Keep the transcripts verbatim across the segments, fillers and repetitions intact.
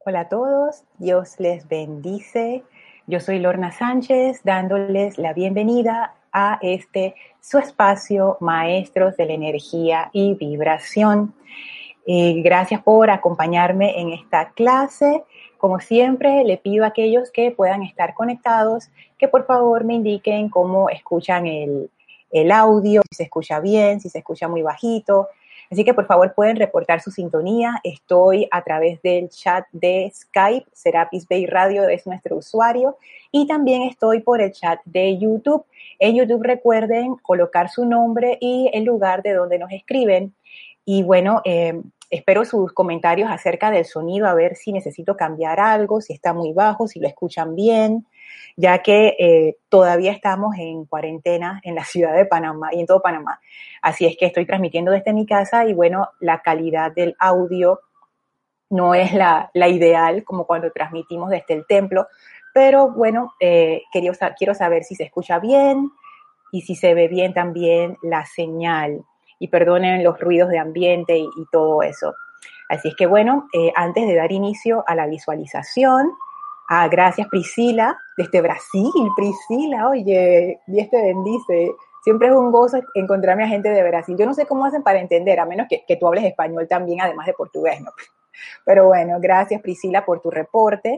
Hola a todos, Dios les bendice. Yo soy Lorna Sánchez, dándoles la bienvenida a este su espacio Maestros de la Energía y Vibración. Eh, gracias por acompañarme en esta clase. Como siempre, le pido a aquellos que puedan estar conectados que por favor me indiquen cómo escuchan el, el audio, si se escucha bien, si se escucha muy bajito. Así que por favor pueden reportar su sintonía. Estoy a través del chat de Skype, Serapis Bay Radio es nuestro usuario, y también estoy por el chat de YouTube. En YouTube recuerden colocar su nombre y el lugar de donde nos escriben. Y bueno, eh, espero sus comentarios acerca del sonido, a ver si necesito cambiar algo, si está muy bajo, si lo escuchan bien, ya que eh, todavía estamos en cuarentena en la ciudad de Panamá y en todo Panamá. Así es que estoy transmitiendo desde mi casa y bueno, la calidad del audio no es la, la ideal como cuando transmitimos desde el templo, pero bueno, eh, quería, quiero saber si se escucha bien y si se ve bien también la señal. Y perdonen los ruidos de ambiente y, y todo eso. Así es que bueno, eh, antes de dar inicio a la visualización, ah, gracias Priscila, desde Brasil, Priscila, oye, Dios te bendice. Siempre es un gozo encontrarme a gente de Brasil. Yo no sé cómo hacen para entender, a menos que, que tú hables español también, además de portugués, ¿no? Pero bueno, gracias Priscila por tu reporte.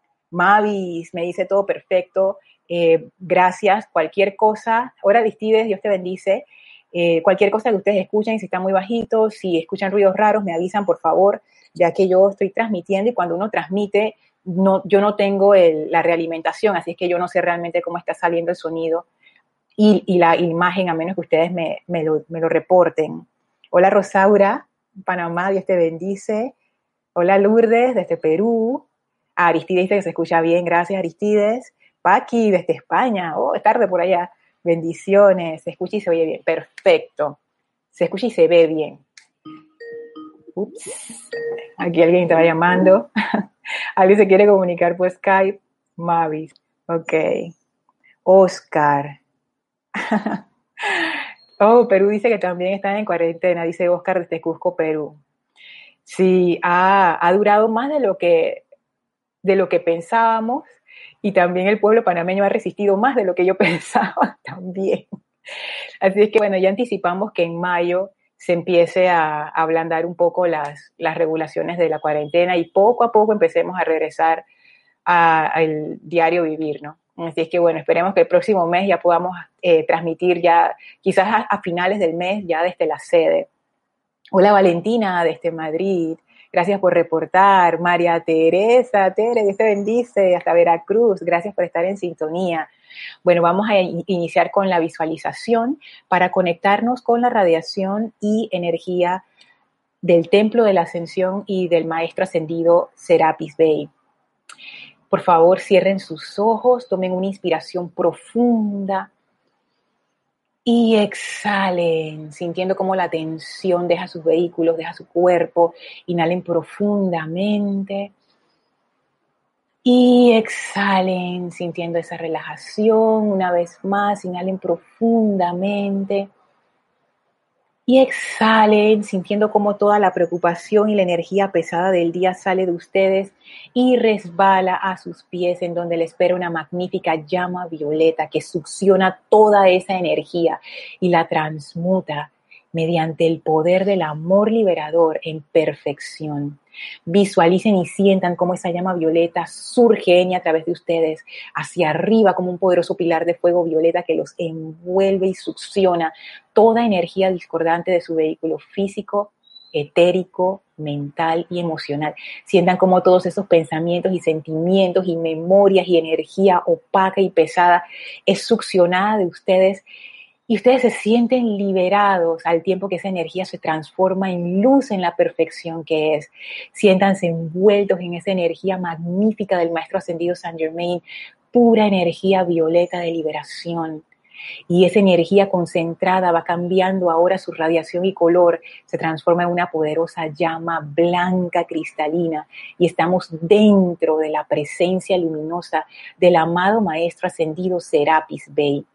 Mavis me dice todo perfecto. Eh, gracias, cualquier cosa. Ahora Aristides, Dios te bendice. Eh, cualquier cosa que ustedes escuchen, si está muy bajito, si escuchan ruidos raros, me avisan, por favor, ya que yo estoy transmitiendo y cuando uno transmite, no, yo no tengo el, la realimentación, así es que yo no sé realmente cómo está saliendo el sonido y, y la imagen, a menos que ustedes me, me, lo, me lo reporten. Hola Rosaura, Panamá, Dios te bendice. Hola Lourdes, desde Perú. Ah, Aristides dice que se escucha bien, gracias Aristides. Paqui, desde España, oh, es tarde por allá. Bendiciones, se escucha y se oye bien, perfecto. Se escucha y se ve bien. Ups, aquí alguien estaba llamando. Alguien se quiere comunicar por Skype. Mavis, ok. Oscar. Oh, Perú dice que también están en cuarentena, dice Oscar desde Cusco, Perú. Sí, ha, ha durado más de lo que de lo que pensábamos y también el pueblo panameño ha resistido más de lo que yo pensaba también. Así es que bueno, ya anticipamos que en mayo se empiece a, a ablandar un poco las, las regulaciones de la cuarentena y poco a poco empecemos a regresar al diario vivir, ¿no? Así es que bueno, esperemos que el próximo mes ya podamos eh, transmitir ya, quizás a, a finales del mes ya desde la sede. Hola Valentina, desde Madrid. Gracias por reportar. María Teresa, Tere, Dios te bendice, hasta Veracruz. Gracias por estar en sintonía. Bueno, vamos a iniciar con la visualización para conectarnos con la radiación y energía del Templo de la Ascensión y del Maestro Ascendido Serapis Bey. Por favor, cierren sus ojos, tomen una inspiración profunda y exhalen, sintiendo cómo la tensión deja sus vehículos, deja su cuerpo. Inhalen profundamente y exhalen, sintiendo esa relajación. Una vez más, inhalen profundamente y exhalen, sintiendo cómo toda la preocupación y la energía pesada del día sale de ustedes y resbala a sus pies, en donde les espera una magnífica llama violeta que succiona toda esa energía y la transmuta mediante el poder del amor liberador en perfección. Visualicen y sientan cómo esa llama violeta surge en y a través de ustedes, hacia arriba como un poderoso pilar de fuego violeta que los envuelve y succiona toda energía discordante de su vehículo físico, etérico, mental y emocional. Sientan cómo todos esos pensamientos y sentimientos y memorias y energía opaca y pesada es succionada de ustedes y ustedes se sienten liberados al tiempo que esa energía se transforma en luz en la perfección que es. Siéntanse envueltos en esa energía magnífica del Maestro Ascendido Saint Germain, pura energía violeta de liberación. Y esa energía concentrada va cambiando ahora su radiación y color, se transforma en una poderosa llama blanca cristalina y estamos dentro de la presencia luminosa del amado Maestro Ascendido Serapis Bey.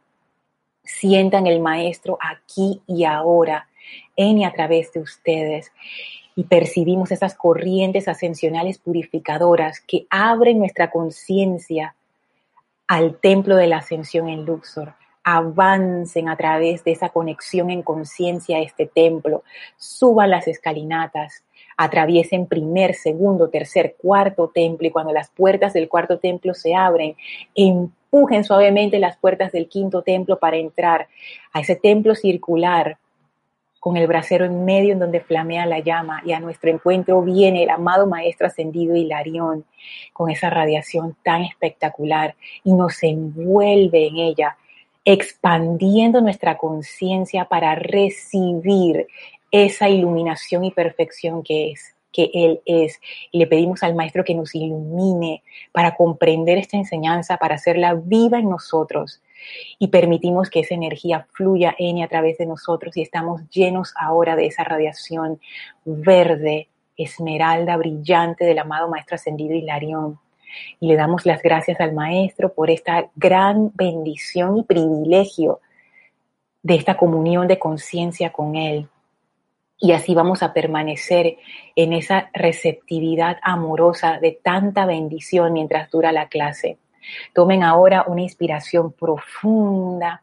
Sientan el Maestro aquí y ahora, en y a través de ustedes. y percibimos esas corrientes ascensionales purificadoras que abren nuestra conciencia al templo de la ascensión en Luxor. Avancen a través de esa conexión en conciencia a este templo, suban las escalinatas, atraviesen primer, segundo, tercer, cuarto templo, y cuando las puertas del cuarto templo se abren, empujen suavemente las puertas del quinto templo para entrar a ese templo circular con el brasero en medio en donde flamea la llama, y a nuestro encuentro viene el amado Maestro Ascendido Hilarión con esa radiación tan espectacular y nos envuelve en ella, expandiendo nuestra conciencia para recibir esa iluminación y perfección que es, que Él es. Y le pedimos al Maestro que nos ilumine para comprender esta enseñanza, para hacerla viva en nosotros. Y permitimos que esa energía fluya en y a través de nosotros, y estamos llenos ahora de esa radiación verde, esmeralda, brillante del amado Maestro Ascendido Hilarión. Y le damos las gracias al Maestro por esta gran bendición y privilegio de esta comunión de conciencia con Él. Y así vamos a permanecer en esa receptividad amorosa de tanta bendición mientras dura la clase. Tomen ahora una inspiración profunda.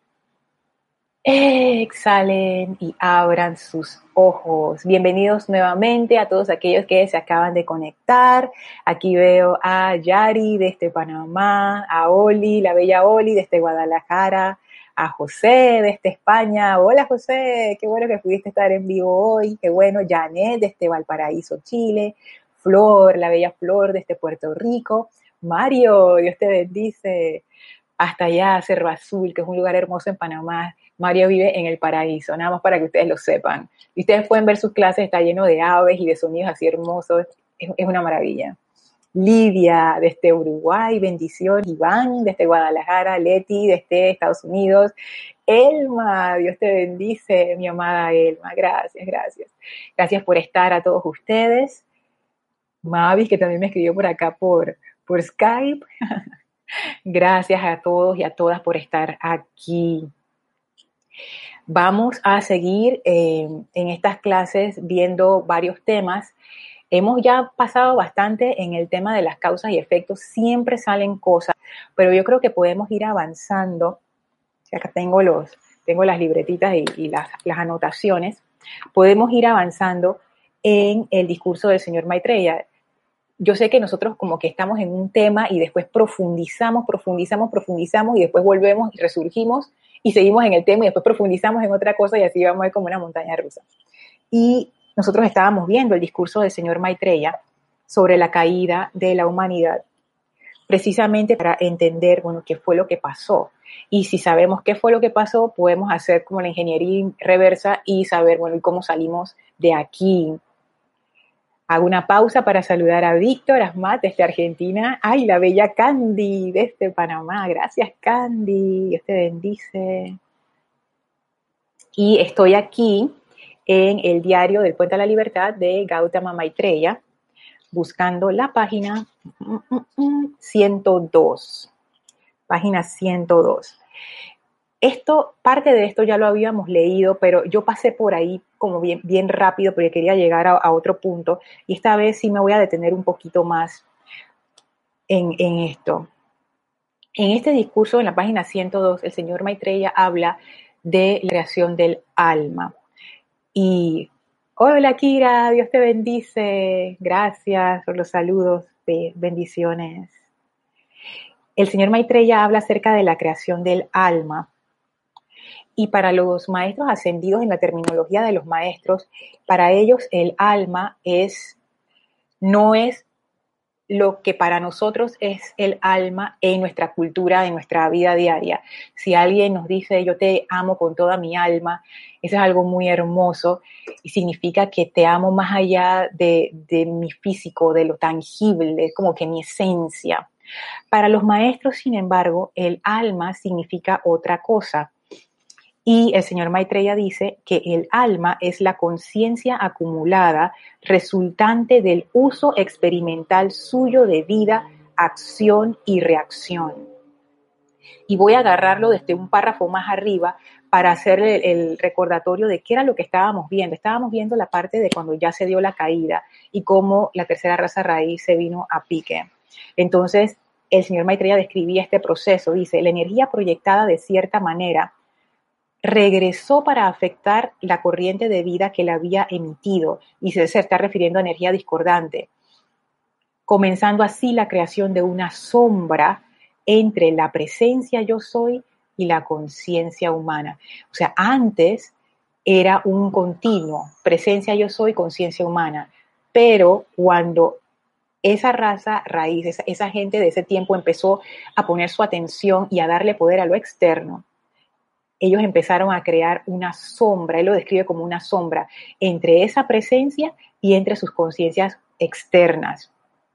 Exhalen y abran sus ojos. Bienvenidos nuevamente a todos aquellos que se acaban de conectar. Aquí veo a Yari desde Panamá, a Oli, la bella Oli desde Guadalajara, a José desde España. Hola José, qué bueno que pudiste estar en vivo hoy. Qué bueno. Janet desde Valparaíso, Chile. Flor, la bella Flor desde Puerto Rico. Mario, Dios te bendice. Hasta allá, Cerro Azul, que es un lugar hermoso en Panamá. Mario vive en el paraíso, nada más para que ustedes lo sepan. Y ustedes pueden ver sus clases, está lleno de aves y de sonidos así hermosos. Es, es una maravilla. Lidia, desde Uruguay, bendición. Iván, desde Guadalajara. Leti, desde Estados Unidos. Elma, Dios te bendice, mi amada Elma. Gracias, gracias. Gracias por estar a todos ustedes. Mavis, que también me escribió por acá por, por Skype. Gracias a todos y a todas por estar aquí. Vamos a seguir eh, en estas clases viendo varios temas. Hemos ya pasado bastante en el tema de las causas y efectos. Siempre salen cosas, pero yo creo que podemos ir avanzando. Acá tengo, los, tengo las libretitas y, y las, las anotaciones. Podemos ir avanzando en el discurso del señor Maitreya. Yo sé que nosotros como que estamos en un tema y después profundizamos, profundizamos, profundizamos y después volvemos y resurgimos y seguimos en el tema y después profundizamos en otra cosa y así vamos a ver como una montaña rusa. Y nosotros estábamos viendo el discurso del señor Maitreya sobre la caída de la humanidad, precisamente para entender, bueno, qué fue lo que pasó. Y si sabemos qué fue lo que pasó, podemos hacer como la ingeniería reversa y saber, bueno, y cómo salimos de aquí. Hago una pausa para saludar a Víctor Asmat desde Argentina. ¡Ay, la bella Candy desde Panamá! Gracias, Candy. Dios te bendice. Y estoy aquí en el diario del Puente a la Libertad de Gautama Maitreya, buscando la página ciento dos. Página ciento dos. Esto, parte de esto ya lo habíamos leído, pero yo pasé por ahí como bien, bien rápido porque quería llegar a, a otro punto, y esta vez sí me voy a detener un poquito más en, en esto. En este discurso, en la página ciento dos, el señor Maitreya habla de la creación del alma. Y, hola Kira, Dios te bendice, gracias por los saludos, de bendiciones. El señor Maitreya habla acerca de la creación del alma. Y para los maestros ascendidos, en la terminología de los maestros, para ellos el alma es, no es lo que para nosotros es el alma en nuestra cultura, en nuestra vida diaria. Si alguien nos dice, yo te amo con toda mi alma, eso es algo muy hermoso y significa que te amo más allá de, de mi físico, de lo tangible, es como que mi esencia. Para los maestros, sin embargo, el alma significa otra cosa. Y el señor Maitreya dice que el alma es la conciencia acumulada resultante del uso experimental suyo de vida, acción y reacción. Y voy a agarrarlo desde un párrafo más arriba para hacer el, el recordatorio de qué era lo que estábamos viendo. Estábamos viendo la parte de cuando ya se dio la caída y cómo la tercera raza raíz se vino a pique. Entonces, el señor Maitreya describía este proceso. Dice, la energía proyectada de cierta manera regresó para afectar la corriente de vida que la había emitido, y se, se está refiriendo a energía discordante, comenzando así la creación de una sombra entre la presencia yo soy y la conciencia humana. O sea, antes era un continuo, presencia yo soy, conciencia humana, pero cuando esa raza raíz, esa, esa gente de ese tiempo empezó a poner su atención y a darle poder a lo externo, ellos empezaron a crear una sombra, él lo describe como una sombra, entre esa presencia y entre sus conciencias externas.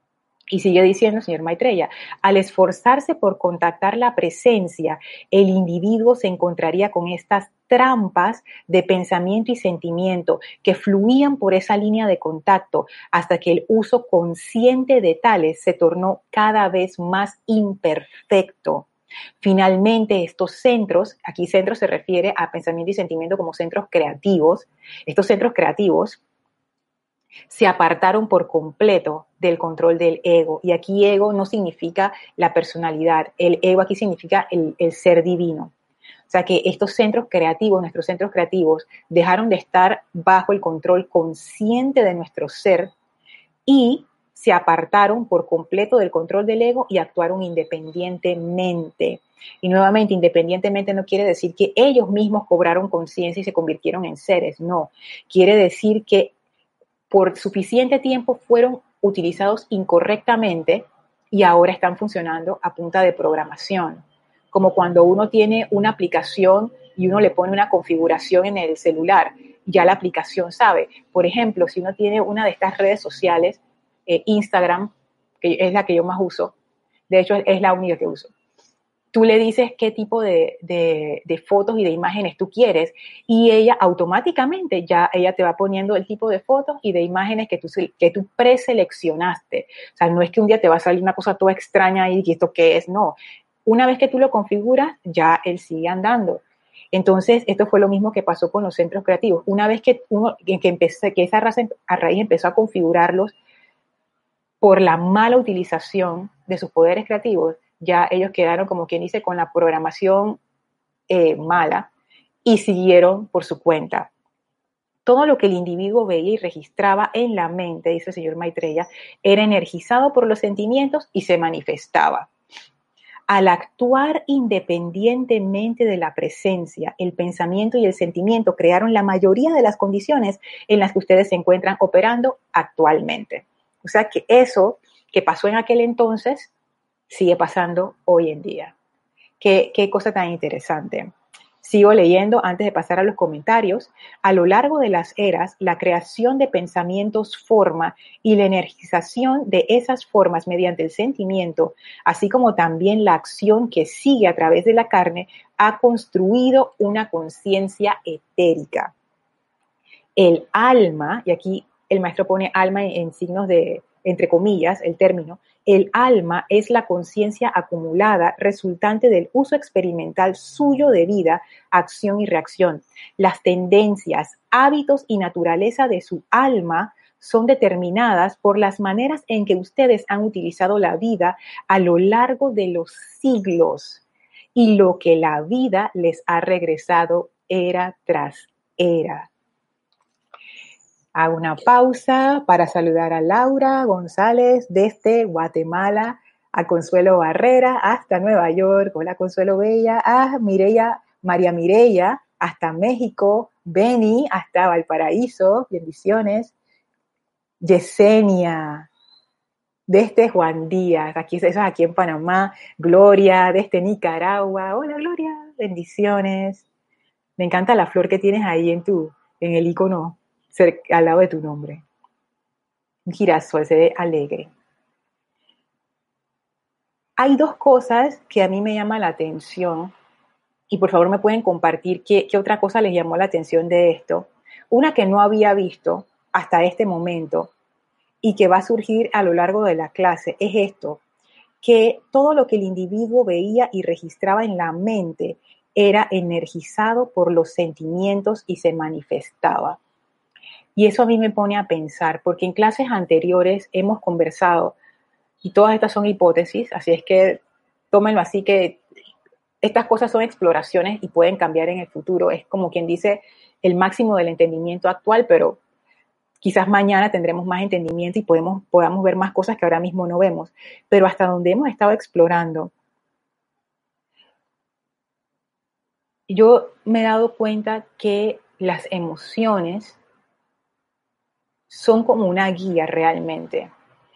Y sigue diciendo el señor Maitreya, al esforzarse por contactar la presencia, el individuo se encontraría con estas trampas de pensamiento y sentimiento que fluían por esa línea de contacto hasta que el uso consciente de tales se tornó cada vez más imperfecto. Finalmente, estos centros, aquí centro se refiere a pensamiento y sentimiento como centros creativos, estos centros creativos se apartaron por completo del control del ego. Y aquí ego no significa la personalidad, el ego aquí significa el, el ser divino. O sea que estos centros creativos, nuestros centros creativos, dejaron de estar bajo el control consciente de nuestro ser y se apartaron por completo del control del ego y actuaron independientemente. Y nuevamente, independientemente no quiere decir que ellos mismos cobraron conciencia y se convirtieron en seres, no. Quiere decir que por suficiente tiempo fueron utilizados incorrectamente y ahora están funcionando a punta de programación. Como cuando uno tiene una aplicación y uno le pone una configuración en el celular, ya la aplicación sabe. Por ejemplo, si uno tiene una de estas redes sociales, eh, Instagram, que es la que yo más uso, de hecho es la única que uso, tú le dices qué tipo de, de, de fotos y de imágenes tú quieres y ella automáticamente ya ella te va poniendo el tipo de fotos y de imágenes que tú, que tú preseleccionaste. O sea, no es que un día te va a salir una cosa toda extraña y esto qué es, no. Una vez que tú lo configuras, ya él sigue andando. Entonces, esto fue lo mismo que pasó con los centros creativos. Una vez que, uno, que, empecé, que esa raza a raíz empezó a configurarlos por la mala utilización de sus poderes creativos, ya ellos quedaron, como quien dice, con la programación eh, mala y siguieron por su cuenta. Todo lo que el individuo veía y registraba en la mente, dice el señor Maitreya, era energizado por los sentimientos y se manifestaba. Al actuar independientemente de la presencia, el pensamiento y el sentimiento crearon la mayoría de las condiciones en las que ustedes se encuentran operando actualmente. O sea que eso que pasó en aquel entonces sigue pasando hoy en día. Qué, qué cosa tan interesante. Sigo leyendo antes de pasar a los comentarios. A lo largo de las eras, la creación de pensamientos forma y la energización de esas formas mediante el sentimiento, así como también la acción que sigue a través de la carne, ha construido una conciencia etérica. El alma, y aquí el maestro pone alma en, en signos de, entre comillas, el término, el alma es la conciencia acumulada resultante del uso experimental suyo de vida, acción y reacción. Las tendencias, hábitos y naturaleza de su alma son determinadas por las maneras en que ustedes han utilizado la vida a lo largo de los siglos y lo que la vida les ha regresado era tras era. Hago una pausa para saludar a Laura González desde Guatemala, a Consuelo Barrera hasta Nueva York, hola Consuelo Bella, a Mireya, María Mireya hasta México, Beni hasta Valparaíso, bendiciones, Yesenia desde Juan Díaz, aquí, eso es aquí en Panamá, Gloria desde Nicaragua, hola Gloria, bendiciones, me encanta la flor que tienes ahí en tu, en el icono al lado de tu nombre. Un girasol, se ve alegre. Hay dos cosas que a mí me llaman la atención y por favor me pueden compartir qué, qué otra cosa les llamó la atención de esto. Una que no había visto hasta este momento y que va a surgir a lo largo de la clase es esto, que todo lo que el individuo veía y registraba en la mente era energizado por los sentimientos y se manifestaba. Y eso a mí me pone a pensar, porque en clases anteriores hemos conversado, y todas estas son hipótesis, así es que tómenlo así, que estas cosas son exploraciones y pueden cambiar en el futuro. Es como quien dice el máximo del entendimiento actual, pero quizás mañana tendremos más entendimiento y podemos, podamos ver más cosas que ahora mismo no vemos. Pero hasta donde hemos estado explorando, yo me he dado cuenta que las emociones son como una guía realmente.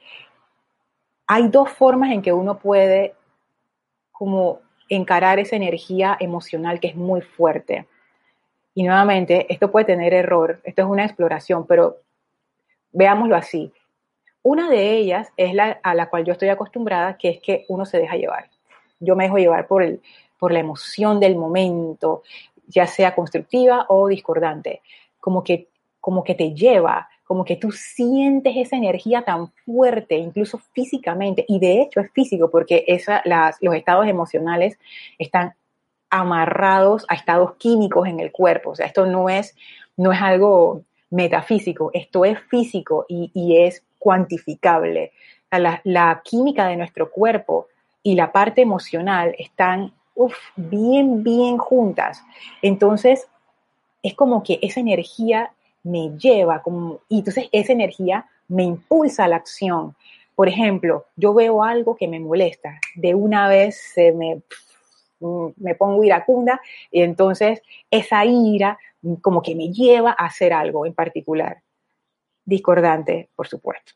Hay dos formas en que uno puede como encarar esa energía emocional que es muy fuerte. Y nuevamente, esto puede tener error, esto es una exploración, pero veámoslo así. Una de ellas es la a la cual yo estoy acostumbrada, que es que uno se deja llevar. Yo me dejo llevar por, el, por la emoción del momento, ya sea constructiva o discordante. Como que, como que te lleva, como que tú sientes esa energía tan fuerte, incluso físicamente, y de hecho es físico, porque esa, las, los estados emocionales están amarrados a estados químicos en el cuerpo. O sea, esto no es, no es algo metafísico, esto es físico y, y es cuantificable. La, la química de nuestro cuerpo y la parte emocional están uf, bien, bien juntas. Entonces, es como que esa energía me lleva, como, y entonces esa energía me impulsa a la acción. Por ejemplo, yo veo algo que me molesta, de una vez se me, me pongo iracunda y entonces esa ira como que me lleva a hacer algo en particular, discordante, por supuesto.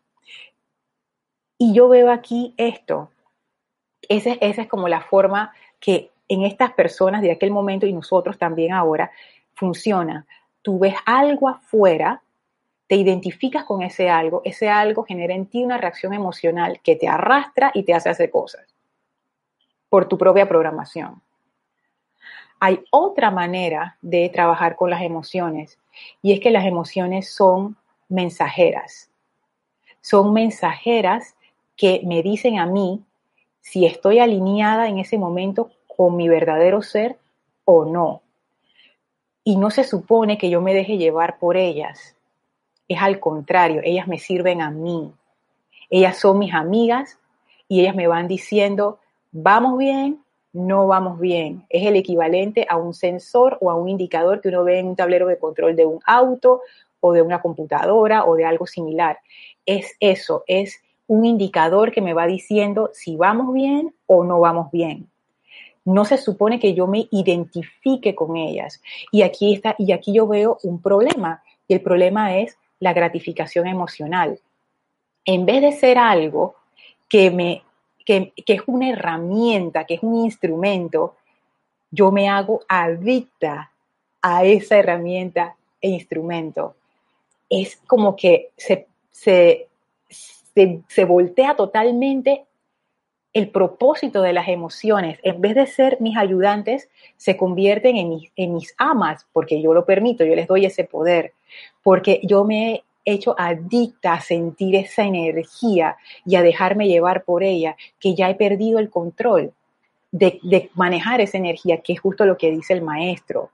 Y yo veo aquí esto, esa, esa es como la forma que en estas personas de aquel momento y nosotros también ahora funciona. Tú ves algo afuera, te identificas con ese algo, ese algo genera en ti una reacción emocional que te arrastra y te hace hacer cosas por tu propia programación. Hay otra manera de trabajar con las emociones y es que las emociones son mensajeras. Son mensajeras que me dicen a mí si estoy alineada en ese momento con mi verdadero ser o no. Y no se supone que yo me deje llevar por ellas. Es al contrario, ellas me sirven a mí. Ellas son mis amigas y ellas me van diciendo, vamos bien, no vamos bien. Es el equivalente a un sensor o a un indicador que uno ve en un tablero de control de un auto o de una computadora o de algo similar. Es eso, es un indicador que me va diciendo si vamos bien o no vamos bien. No se supone que yo me identifique con ellas. Y aquí está, y aquí yo veo un problema. Y el problema es la gratificación emocional. En vez de ser algo que me, que, que es una herramienta, que es un instrumento, yo me hago adicta a esa herramienta e instrumento. Es como que se, se, se, se voltea totalmente el propósito de las emociones. En vez de ser mis ayudantes, se convierten en mis, en mis amas, porque yo lo permito, yo les doy ese poder, porque yo me he hecho adicta a sentir esa energía y a dejarme llevar por ella, que ya he perdido el control de, de manejar esa energía, que es justo lo que dice el maestro.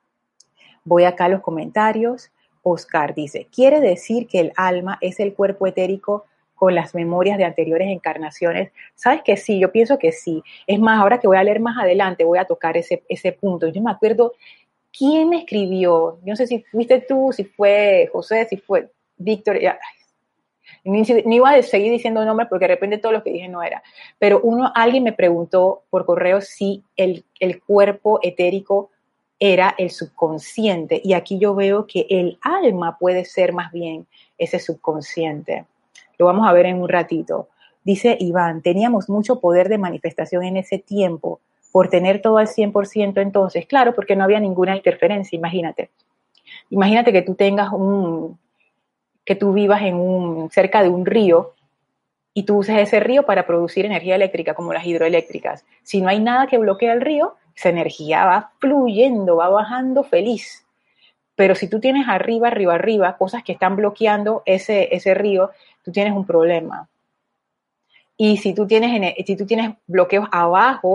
Voy acá a los comentarios. Oscar dice, ¿quiere decir que el alma es el cuerpo etérico con las memorias de anteriores encarnaciones? ¿Sabes que sí? Yo pienso que sí. Es más, ahora que voy a leer más adelante, voy a tocar ese, ese punto. Yo me acuerdo quién me escribió. Yo no sé si fuiste tú, si fue José, si fue Víctor. Ya, ni, ni iba a seguir diciendo nombres porque de repente todo lo que dije no era. Pero uno, alguien me preguntó por correo si el, el cuerpo etérico era el subconsciente. Y aquí yo veo que el alma puede ser más bien ese subconsciente. Lo vamos a ver en un ratito. Dice Iván, teníamos mucho poder de manifestación en ese tiempo por tener todo al cien por ciento entonces. Claro, porque no había ninguna interferencia, imagínate. Imagínate que tú tengas un, que tú vivas en un, cerca de un río y tú uses ese río para producir energía eléctrica, como las hidroeléctricas. Si no hay nada que bloquee el río, esa energía va fluyendo, va bajando feliz. Pero si tú tienes arriba, arriba, arriba, cosas que están bloqueando ese, ese río, tú tienes un problema. Y si tú tienes, si tú tienes bloqueos abajo,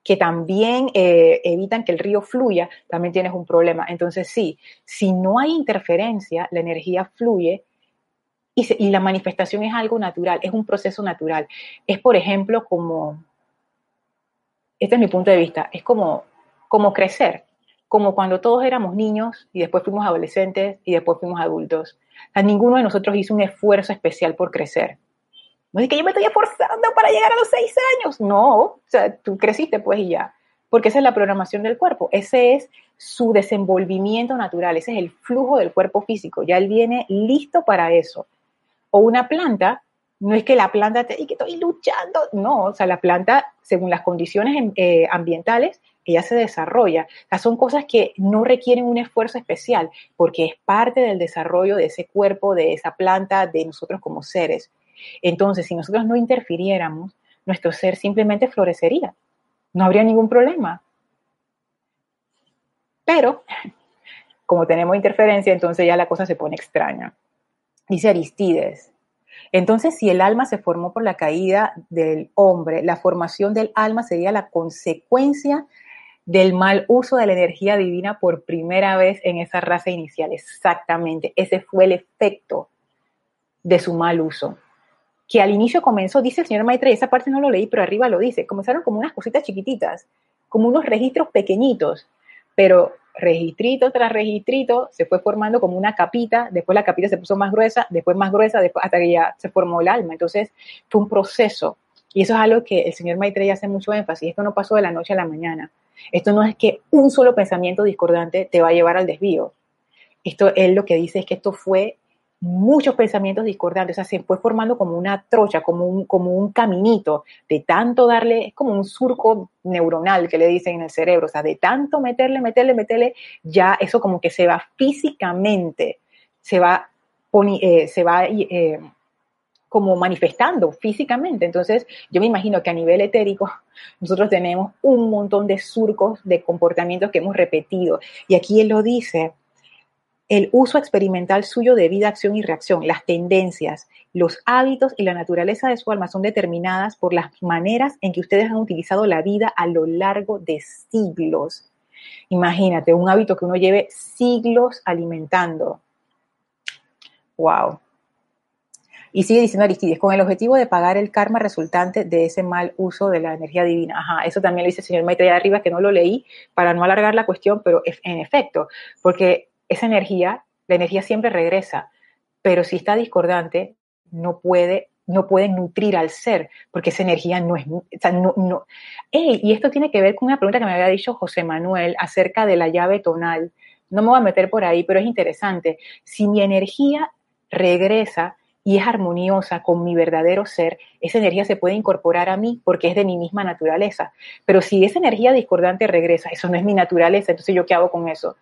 que también eh, evitan que el río fluya, también tienes un problema. Entonces sí, si no hay interferencia, la energía fluye y, se, y la manifestación es algo natural, es un proceso natural. Es, por ejemplo, como, este es mi punto de vista, es como, como crecer, como cuando todos éramos niños y después fuimos adolescentes y después fuimos adultos. O sea, ninguno de nosotros hizo un esfuerzo especial por crecer. No es que yo me estoy esforzando para llegar a los seis años. No, o sea, tú creciste pues y ya. Porque esa es la programación del cuerpo. Ese es su desenvolvimiento natural. Ese es el flujo del cuerpo físico. Ya él viene listo para eso. O una planta, no es que la planta te diga que estoy luchando. No, o sea, la planta, según las condiciones eh, ambientales, ella se desarrolla. O sea, son cosas que no requieren un esfuerzo especial, porque es parte del desarrollo de ese cuerpo, de esa planta, de nosotros como seres. Entonces, si nosotros no interfiriéramos, nuestro ser simplemente florecería. No habría ningún problema. Pero, como tenemos interferencia, entonces ya la cosa se pone extraña. Dice Aristides, entonces si el alma se formó por la caída del hombre, la formación del alma sería la consecuencia del mal uso de la energía divina por primera vez en esa raza inicial. Exactamente, ese fue el efecto de su mal uso. Que al inicio comenzó, dice el señor Maitreya, esa parte no lo leí, pero arriba lo dice, comenzaron como unas cositas chiquititas, como unos registros pequeñitos, pero registrito tras registrito se fue formando como una capita, después la capita se puso más gruesa, después más gruesa, después hasta que ya se formó el alma. Entonces fue un proceso, y eso es algo que el señor Maitreya hace mucho énfasis. Esto no pasó de la noche a la mañana, esto no es que un solo pensamiento discordante te va a llevar al desvío. Esto, él lo que dice es que esto fue muchos pensamientos discordantes, o sea, se fue formando como una trocha, como un, como un caminito, de tanto darle, es como un surco neuronal que le dicen en el cerebro, o sea, de tanto meterle, meterle, meterle, ya eso como que se va físicamente, se va, eh, se va eh, como manifestando físicamente. Entonces, yo me imagino que a nivel etérico, nosotros tenemos un montón de surcos de comportamientos que hemos repetido, y aquí él lo dice, el uso experimental suyo de vida, acción y reacción, las tendencias, los hábitos y la naturaleza de su alma son determinadas por las maneras en que ustedes han utilizado la vida a lo largo de siglos. Imagínate, un hábito que uno lleve siglos alimentando. Wow. Y sigue diciendo Aristides, con el objetivo de pagar el karma resultante de ese mal uso de la energía divina. Ajá, eso también lo dice el señor Maitreya arriba, que no lo leí para no alargar la cuestión, pero en efecto, porque esa energía, la energía siempre regresa, pero si está discordante, no puede, no puede nutrir al ser, porque esa energía no es, o sea, no, no. Hey, y esto tiene que ver con una pregunta que me había dicho José Manuel acerca de la llave tonal. No me voy a meter por ahí, pero es interesante. Si mi energía regresa y es armoniosa con mi verdadero ser, esa energía se puede incorporar a mí porque es de mi misma naturaleza. Pero si esa energía discordante regresa, eso no es mi naturaleza, entonces ¿yo qué hago con eso?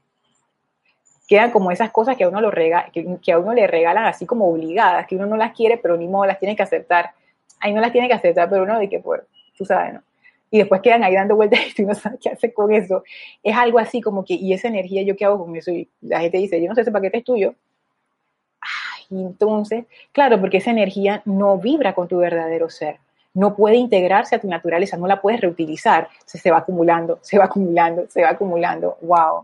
Quedan como esas cosas que a uno, lo rega, que, que a uno le regalan así como obligadas, que uno no las quiere, pero ni modo las tiene que aceptar. Ahí no las tiene que aceptar, pero uno de que por, tú sabes, ¿no? Y después quedan ahí dando vueltas y tú no sabes qué hacer con eso. Es algo así como que, y esa energía, ¿yo qué hago con eso? Y la gente dice, yo no sé, ese paquete es tuyo. Ay, y entonces, claro, porque esa energía no vibra con tu verdadero ser. No puede integrarse a tu naturaleza, no la puedes reutilizar. Se, se va acumulando, se va acumulando, se va acumulando. ¡Wow!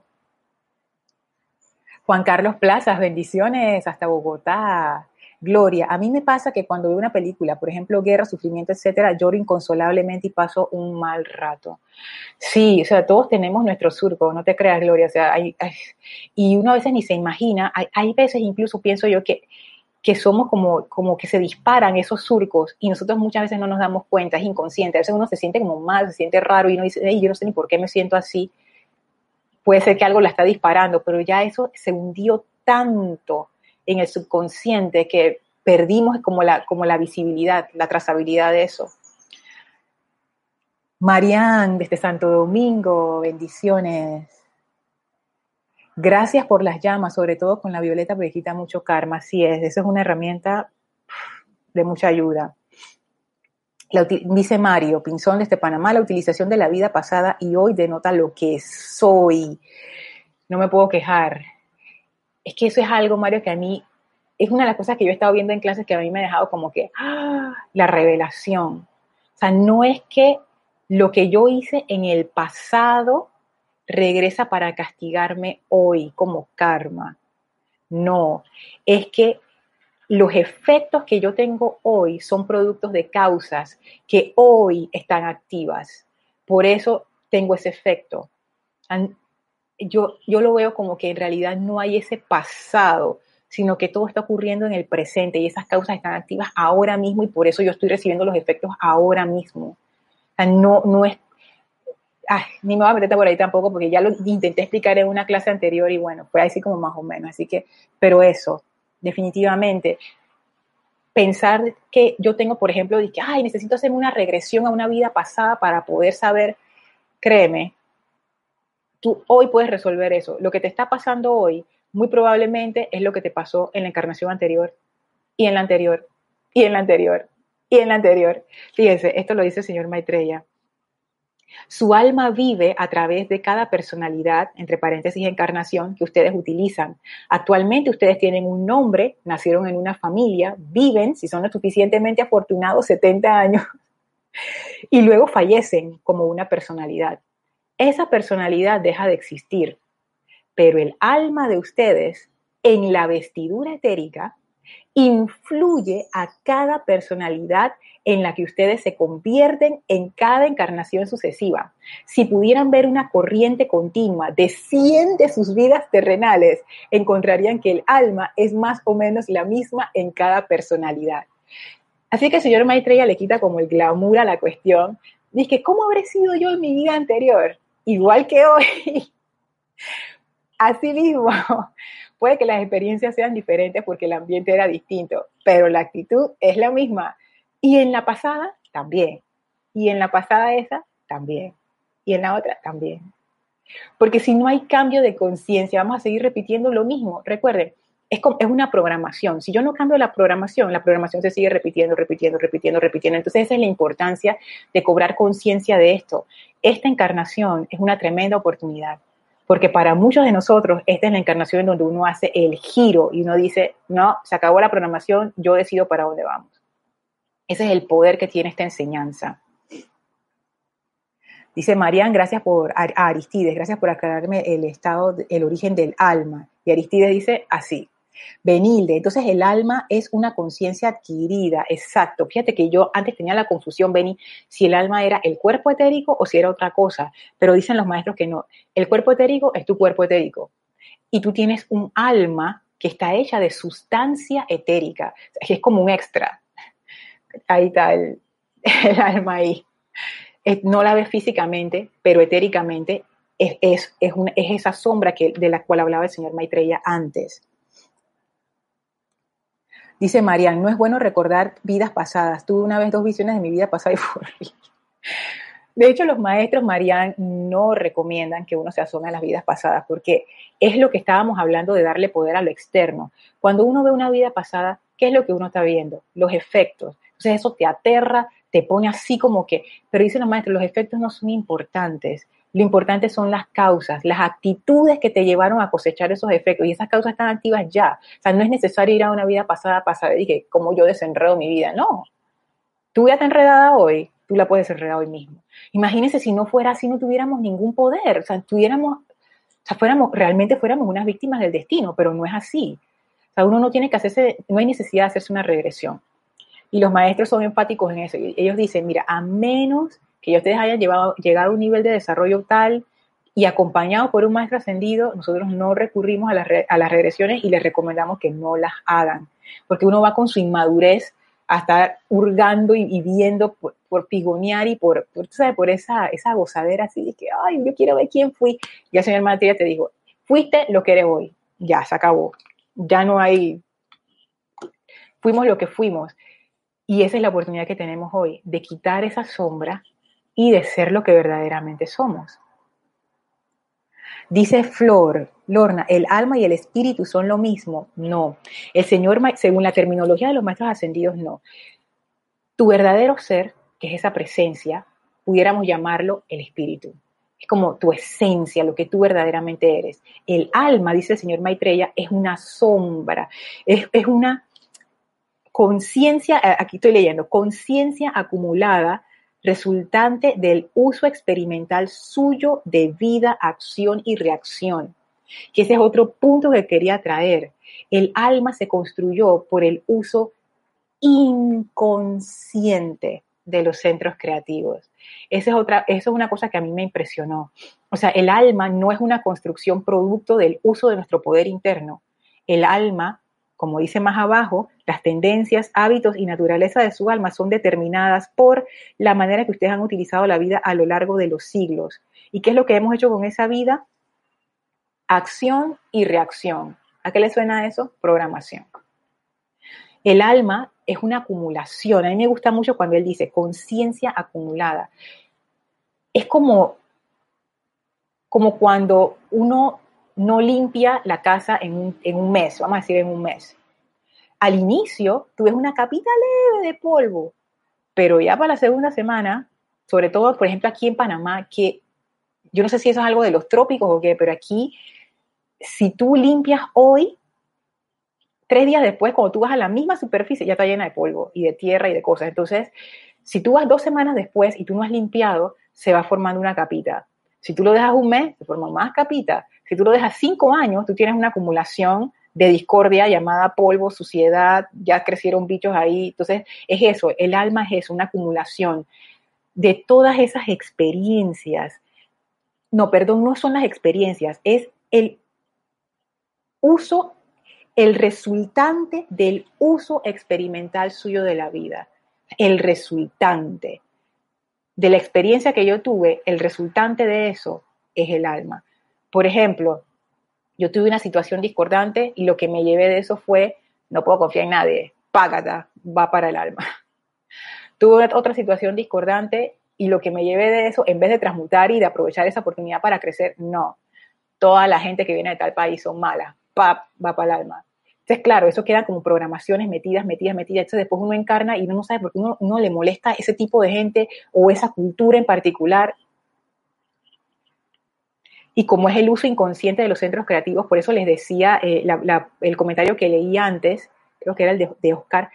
Juan Carlos Plazas, bendiciones hasta Bogotá. Gloria, a mí me pasa que cuando veo una película, por ejemplo, guerra, sufrimiento, etcétera, lloro inconsolablemente y paso un mal rato. Sí, o sea, todos tenemos nuestro surco, no te creas, Gloria, o sea, hay, hay, y uno a veces ni se imagina, hay, hay veces incluso pienso yo que, que somos como, como que se disparan esos surcos y nosotros muchas veces no nos damos cuenta, es inconsciente, a veces uno se siente como mal, se siente raro y uno dice, hey, yo no sé ni por qué me siento así. Puede ser que algo la está disparando, pero ya eso se hundió tanto en el subconsciente que perdimos como la, como la visibilidad, la trazabilidad de eso. Marian, desde Santo Domingo, bendiciones. Gracias por las llamas, sobre todo con la violeta, porque quita mucho karma. Así es, eso es una herramienta de mucha ayuda. La, dice Mario Pinzón desde Panamá, la utilización de la vida pasada y hoy denota lo que soy. No me puedo quejar. Es que eso es algo, Mario, que a mí es una de las cosas que yo he estado viendo en clases que a mí me ha dejado como que ¡ah! La revelación. O sea, no es que lo que yo hice en el pasado regresa para castigarme hoy como karma. No, es que los efectos que yo tengo hoy son productos de causas que hoy están activas. Por eso tengo ese efecto. Yo, yo lo veo como que en realidad no hay ese pasado, sino que todo está ocurriendo en el presente y esas causas están activas ahora mismo y por eso yo estoy recibiendo los efectos ahora mismo. O sea, no, no es... Ay, ni me voy a meter por ahí tampoco porque ya lo intenté explicar en una clase anterior y bueno, fue así como más o menos. Así que, pero eso, definitivamente, pensar que yo tengo, por ejemplo, de que, ay, necesito hacerme una regresión a una vida pasada para poder saber, créeme, tú hoy puedes resolver eso. Lo que te está pasando hoy, muy probablemente es lo que te pasó en la encarnación anterior, y en la anterior, y en la anterior, y en la anterior. Fíjense, esto lo dice el señor Maitreya. Su alma vive a través de cada personalidad, entre paréntesis encarnación, que ustedes utilizan. Actualmente ustedes tienen un nombre, nacieron en una familia, viven, si son lo suficientemente afortunados, setenta años, y luego fallecen como una personalidad. Esa personalidad deja de existir, pero el alma de ustedes en la vestidura etérica influye a cada personalidad en la que ustedes se convierten en cada encarnación sucesiva. Si pudieran ver una corriente continua de cien de sus vidas terrenales, encontrarían que el alma es más o menos la misma en cada personalidad. Así que el señor Maitreya le quita como el glamour a la cuestión. Dice, ¿cómo habré sido yo en mi vida anterior? Igual que hoy. Así mismo, puede que las experiencias sean diferentes porque el ambiente era distinto, pero la actitud es la misma. Y en la pasada, también. Y en la pasada esa, también. Y en la otra, también. Porque si no hay cambio de conciencia, vamos a seguir repitiendo lo mismo. Recuerden, es, como, es una programación. Si yo no cambio la programación, la programación se sigue repitiendo, repitiendo, repitiendo, repitiendo. Entonces esa es la importancia de cobrar conciencia de esto. Esta encarnación es una tremenda oportunidad. Porque para muchos de nosotros, esta es la encarnación donde uno hace el giro y uno dice, no, se acabó la programación, yo decido para dónde vamos. Ese es el poder que tiene esta enseñanza. Dice Marian, gracias por, a Aristides, gracias por aclararme el estado, el origen del alma. Y Aristides dice así, Benilde, entonces el alma es una conciencia adquirida, exacto. Fíjate que yo antes tenía la confusión, Beni, si el alma era el cuerpo etérico o si era otra cosa, pero dicen los maestros que no. El cuerpo etérico es tu cuerpo etérico y tú tienes un alma que está hecha de sustancia etérica, que es como un extra. Ahí está el, el alma ahí. No la ves físicamente, pero etéricamente es, es, es, una, es esa sombra que, de la cual hablaba el señor Maitreya antes. Dice Marian, no es bueno recordar vidas pasadas. Tuve una vez dos visiones de mi vida pasada y fue horrible. De hecho, los maestros, Marian, no recomiendan que uno se asome a las vidas pasadas porque es lo que estábamos hablando de darle poder a lo externo. Cuando uno ve una vida pasada, ¿qué es lo que uno está viendo? Los efectos. Entonces eso te aterra, te pone así como que, pero dicen los maestros, los efectos no son importantes. Lo importante son las causas, las actitudes que te llevaron a cosechar esos efectos y esas causas están activas ya. O sea, no es necesario ir a una vida pasada para saber que como yo desenredo mi vida. No. Tú ya estás enredada hoy, tú la puedes enredar hoy mismo. Imagínense si no fuera así, no tuviéramos ningún poder. O sea, tuviéramos, o sea, fuéramos, realmente fuéramos unas víctimas del destino, pero no es así. O sea, uno no tiene que hacerse, no hay necesidad de hacerse una regresión. Y los maestros son enfáticos en eso. Y ellos dicen, mira, a menos que ustedes hayan llevado, llegado a un nivel de desarrollo tal y acompañados por un maestro ascendido, nosotros no recurrimos a las, re, a las regresiones y les recomendamos que no las hagan. Porque uno va con su inmadurez a estar hurgando y, y viendo por, por pigonear y por, por, ¿sabes? Por esa, esa gozadera así de que, ay, yo quiero ver quién fui. Y el señor Maitreya te dijo, fuiste lo que eres hoy. Ya, se acabó. Ya no hay... Fuimos lo que fuimos. Y esa es la oportunidad que tenemos hoy, de quitar esa sombra y de ser lo que verdaderamente somos. Dice Flor, Lorna, ¿el alma y el espíritu son lo mismo? No. El Señor, según la terminología de los maestros ascendidos, no. Tu verdadero ser, que es esa presencia, pudiéramos llamarlo el espíritu. Es como tu esencia, lo que tú verdaderamente eres. El alma, dice el Señor Maitreya, es una sombra, es, es una conciencia, aquí estoy leyendo, conciencia acumulada resultante del uso experimental suyo de vida, acción y reacción. Que ese es otro punto que quería traer. El alma se construyó por el uso inconsciente de los centros creativos. Esa es otra, eso es una cosa que a mí me impresionó. O sea, el alma no es una construcción producto del uso de nuestro poder interno. El alma, como dice más abajo, las tendencias, hábitos y naturaleza de su alma son determinadas por la manera que ustedes han utilizado la vida a lo largo de los siglos. ¿Y qué es lo que hemos hecho con esa vida? Acción y reacción. ¿A qué le suena eso? Programación. El alma es una acumulación. A mí me gusta mucho cuando él dice conciencia acumulada. Es como, como cuando uno no limpia la casa en un, en un mes, vamos a decir en un mes. Al inicio, tú ves una capita leve de polvo, pero ya para la segunda semana, sobre todo, por ejemplo, aquí en Panamá, que yo no sé si eso es algo de los trópicos o qué, pero aquí, si tú limpias hoy, tres días después, cuando tú vas a la misma superficie, ya está llena de polvo y de tierra y de cosas. Entonces, si tú vas dos semanas después y tú no has limpiado, se va formando una capita. Si tú lo dejas un mes, se forman más capitas. Si tú lo dejas cinco años, tú tienes una acumulación de discordia llamada polvo, suciedad, ya crecieron bichos ahí. Entonces, es eso, el alma es eso, una acumulación de todas esas experiencias. No, perdón, no son las experiencias, es el uso, el resultante del uso experimental suyo de la vida. El resultante de la experiencia que yo tuve, el resultante de eso es el alma. Por ejemplo, yo tuve una situación discordante y lo que me llevé de eso fue, no puedo confiar en nadie, págata, va para el alma. Tuve otra situación discordante y lo que me llevé de eso, en vez de transmutar y de aprovechar esa oportunidad para crecer, no. Toda la gente que viene de tal país son malas, pap, va para el alma. Entonces, claro, eso queda como programaciones metidas, metidas, metidas. Entonces, después uno encarna y uno no sabe por qué uno, uno le molesta ese tipo de gente o esa cultura en particular. Y como es el uso inconsciente de los centros creativos, por eso les decía eh, la, la, el comentario que leí antes, creo que era el de, de Oscar,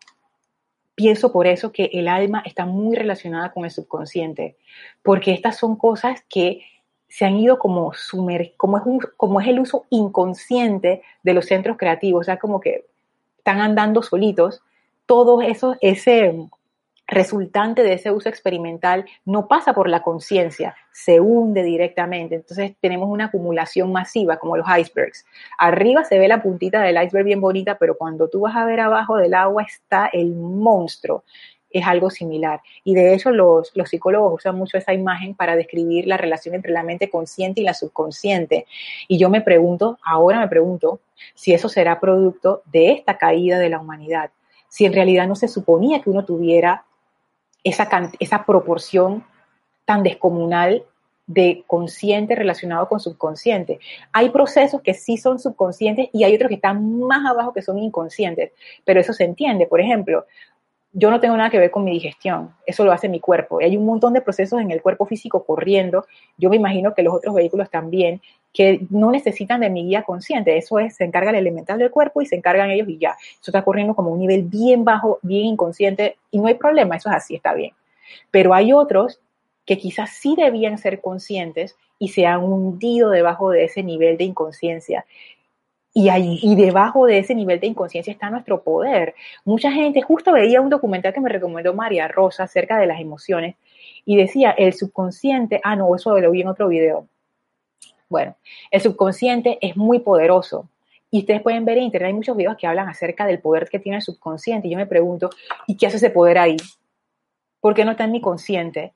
pienso por eso que el alma está muy relacionada con el subconsciente, porque estas son cosas que se han ido como sumer, como es, un, como es el uso inconsciente de los centros creativos, o sea, como que están andando solitos, todo eso, ese resultante de ese uso experimental no pasa por la conciencia, se hunde directamente. Entonces tenemos una acumulación masiva, como los icebergs. Arriba se ve la puntita del iceberg bien bonita, pero cuando tú vas a ver abajo del agua está el monstruo. Es algo similar. Y de hecho los, los psicólogos usan mucho esa imagen para describir la relación entre la mente consciente y la subconsciente. Y yo me pregunto, ahora me pregunto, si eso será producto de esta caída de la humanidad. Si en realidad no se suponía que uno tuviera esa, esa proporción tan descomunal de consciente relacionado con subconsciente. Hay procesos que sí son subconscientes y hay otros que están más abajo que son inconscientes, pero eso se entiende. Por ejemplo, yo no tengo nada que ver con mi digestión, eso lo hace mi cuerpo. Y hay un montón de procesos en el cuerpo físico corriendo, yo me imagino que los otros vehículos también, que no necesitan de mi guía consciente. Eso es, se encarga el elemental del cuerpo y se encargan ellos y ya. Eso está corriendo como un nivel bien bajo, bien inconsciente y no hay problema, eso es así, está bien. Pero hay otros que quizás sí debían ser conscientes y se han hundido debajo de ese nivel de inconsciencia. Y, ahí, y debajo de ese nivel de inconsciencia está nuestro poder. Mucha gente, justo veía un documental que me recomendó María Rosa acerca de las emociones y decía, el subconsciente, ah no, eso lo vi en otro video. Bueno, el subconsciente es muy poderoso y ustedes pueden ver en internet, hay muchos videos que hablan acerca del poder que tiene el subconsciente y yo me pregunto, ¿y qué hace ese poder ahí? ¿Por qué no está en mi consciente?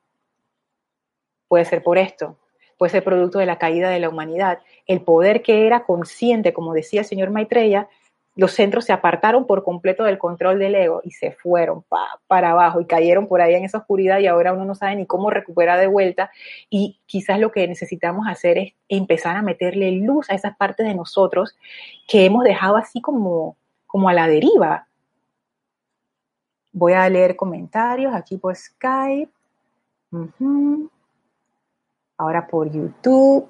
Puede ser por esto, puede ser producto de la caída de la humanidad. El poder que era consciente, como decía el señor Maitreya, los centros se apartaron por completo del control del ego y se fueron pa, para abajo y cayeron por ahí en esa oscuridad y ahora uno no sabe ni cómo recuperar de vuelta y quizás lo que necesitamos hacer es empezar a meterle luz a esas partes de nosotros que hemos dejado así como, como a la deriva. Voy a leer comentarios aquí por Skype. Uh-huh. Ahora por YouTube.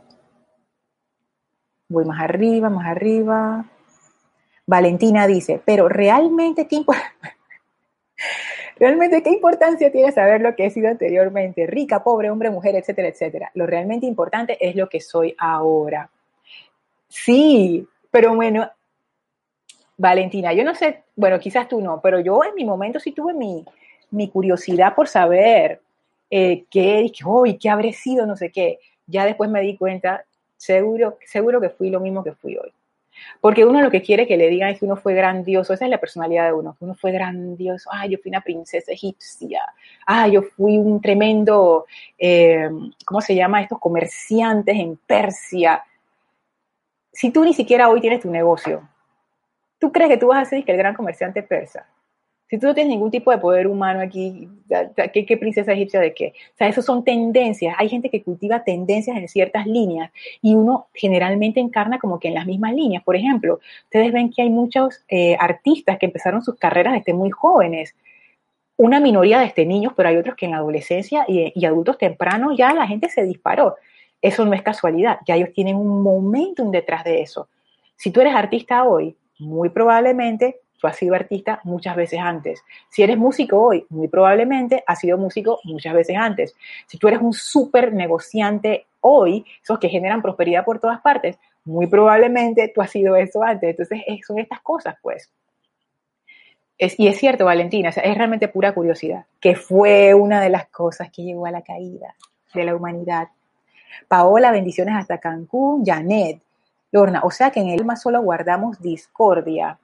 Voy más arriba, más arriba. Valentina dice, pero realmente, ¿qué importa? Realmente, ¿qué importancia tiene saber lo que he sido anteriormente? Rica, pobre, hombre, mujer, etcétera, etcétera. Lo realmente importante es lo que soy ahora. Sí, pero bueno, Valentina, yo no sé, bueno, quizás tú no, pero yo en mi momento sí tuve mi, mi curiosidad por saber eh, qué, oh, y qué habré sido, no sé qué. Ya después me di cuenta, seguro, seguro que fui lo mismo que fui hoy. Porque uno lo que quiere que le digan es que uno fue grandioso, esa es la personalidad de uno, que uno fue grandioso, ah, yo fui una princesa egipcia, ah, yo fui un tremendo, eh, ¿cómo se llama? Estos comerciantes en Persia. Si tú ni siquiera hoy tienes tu negocio, ¿tú crees que tú vas a ser el gran comerciante persa? Si tú no tienes ningún tipo de poder humano aquí, ¿qué, qué princesa egipcia de qué? O sea, eso son tendencias. Hay gente que cultiva tendencias en ciertas líneas y uno generalmente encarna como que en las mismas líneas. Por ejemplo, ustedes ven que hay muchos eh, artistas que empezaron sus carreras desde muy jóvenes. Una minoría de este niños, pero hay otros que en la adolescencia y, y adultos tempranos ya la gente se disparó. Eso no es casualidad, ya ellos tienen un momentum detrás de eso. Si tú eres artista hoy, muy probablemente tú has sido artista muchas veces antes. Si eres músico hoy, muy probablemente has sido músico muchas veces antes. Si tú eres un súper negociante hoy, esos que generan prosperidad por todas partes, muy probablemente tú has sido eso antes. Entonces, son estas cosas, pues. Es, y es cierto, Valentina, o sea, es realmente pura curiosidad, que fue una de las cosas que llevó a la caída de la humanidad. Paola, bendiciones hasta Cancún. Janet, Lorna, o sea que en el alma solo guardamos discordia.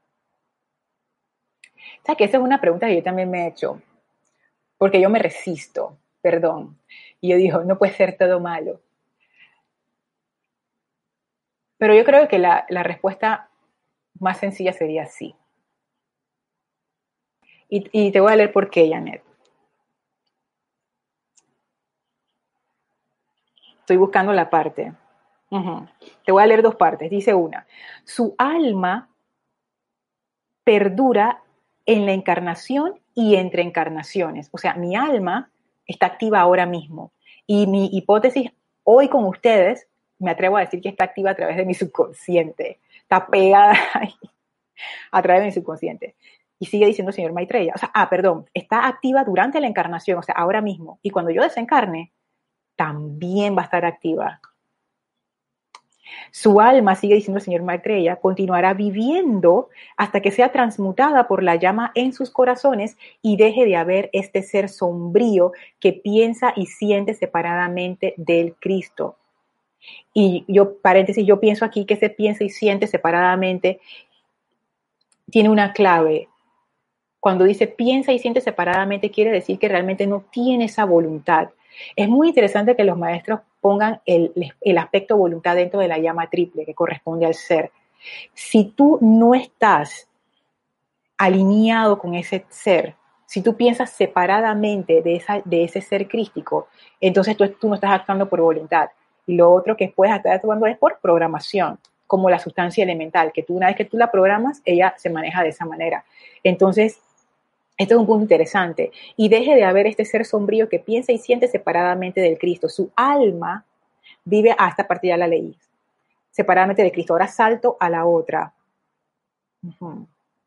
O sea que esa es una pregunta que yo también me he hecho, porque yo me resisto, perdón. Y yo digo, no puede ser todo malo. Pero yo creo que la, la respuesta más sencilla sería sí. Y, y te voy a leer por qué, Janet. Estoy buscando la parte. Uh-huh. Te voy a leer dos partes. Dice una, su alma perdura en la encarnación y entre encarnaciones. O sea, mi alma está activa ahora mismo. Y mi hipótesis hoy con ustedes, me atrevo a decir que está activa a través de mi subconsciente. Está pegada ahí, a través de mi subconsciente. Y sigue diciendo el señor Maitreya. O sea, ah, perdón, está activa durante la encarnación, o sea, ahora mismo. Y cuando yo desencarne, también va a estar activa. Su alma, sigue diciendo el señor Maitreya, continuará viviendo hasta que sea transmutada por la llama en sus corazones y deje de haber este ser sombrío que piensa y siente separadamente del Cristo. Y yo, paréntesis, yo pienso aquí que ese piensa y siente separadamente tiene una clave. Cuando dice piensa y siente separadamente, quiere decir que realmente no tiene esa voluntad. Es muy interesante que los maestros pongan el, el aspecto voluntad dentro de la llama triple que corresponde al ser. Si tú no estás alineado con ese ser, si tú piensas separadamente de, esa, de ese ser crístico, entonces tú, tú no estás actuando por voluntad. Y lo otro que puedes estar actuando es por programación, como la sustancia elemental, que tú una vez que tú la programas, ella se maneja de esa manera. Entonces, esto es un punto interesante. Y deje de haber este ser sombrío que piensa y siente separadamente del Cristo. Su alma vive, ah, esta parte ya la leí, separadamente del Cristo. Ahora salto a la otra. Uh-huh.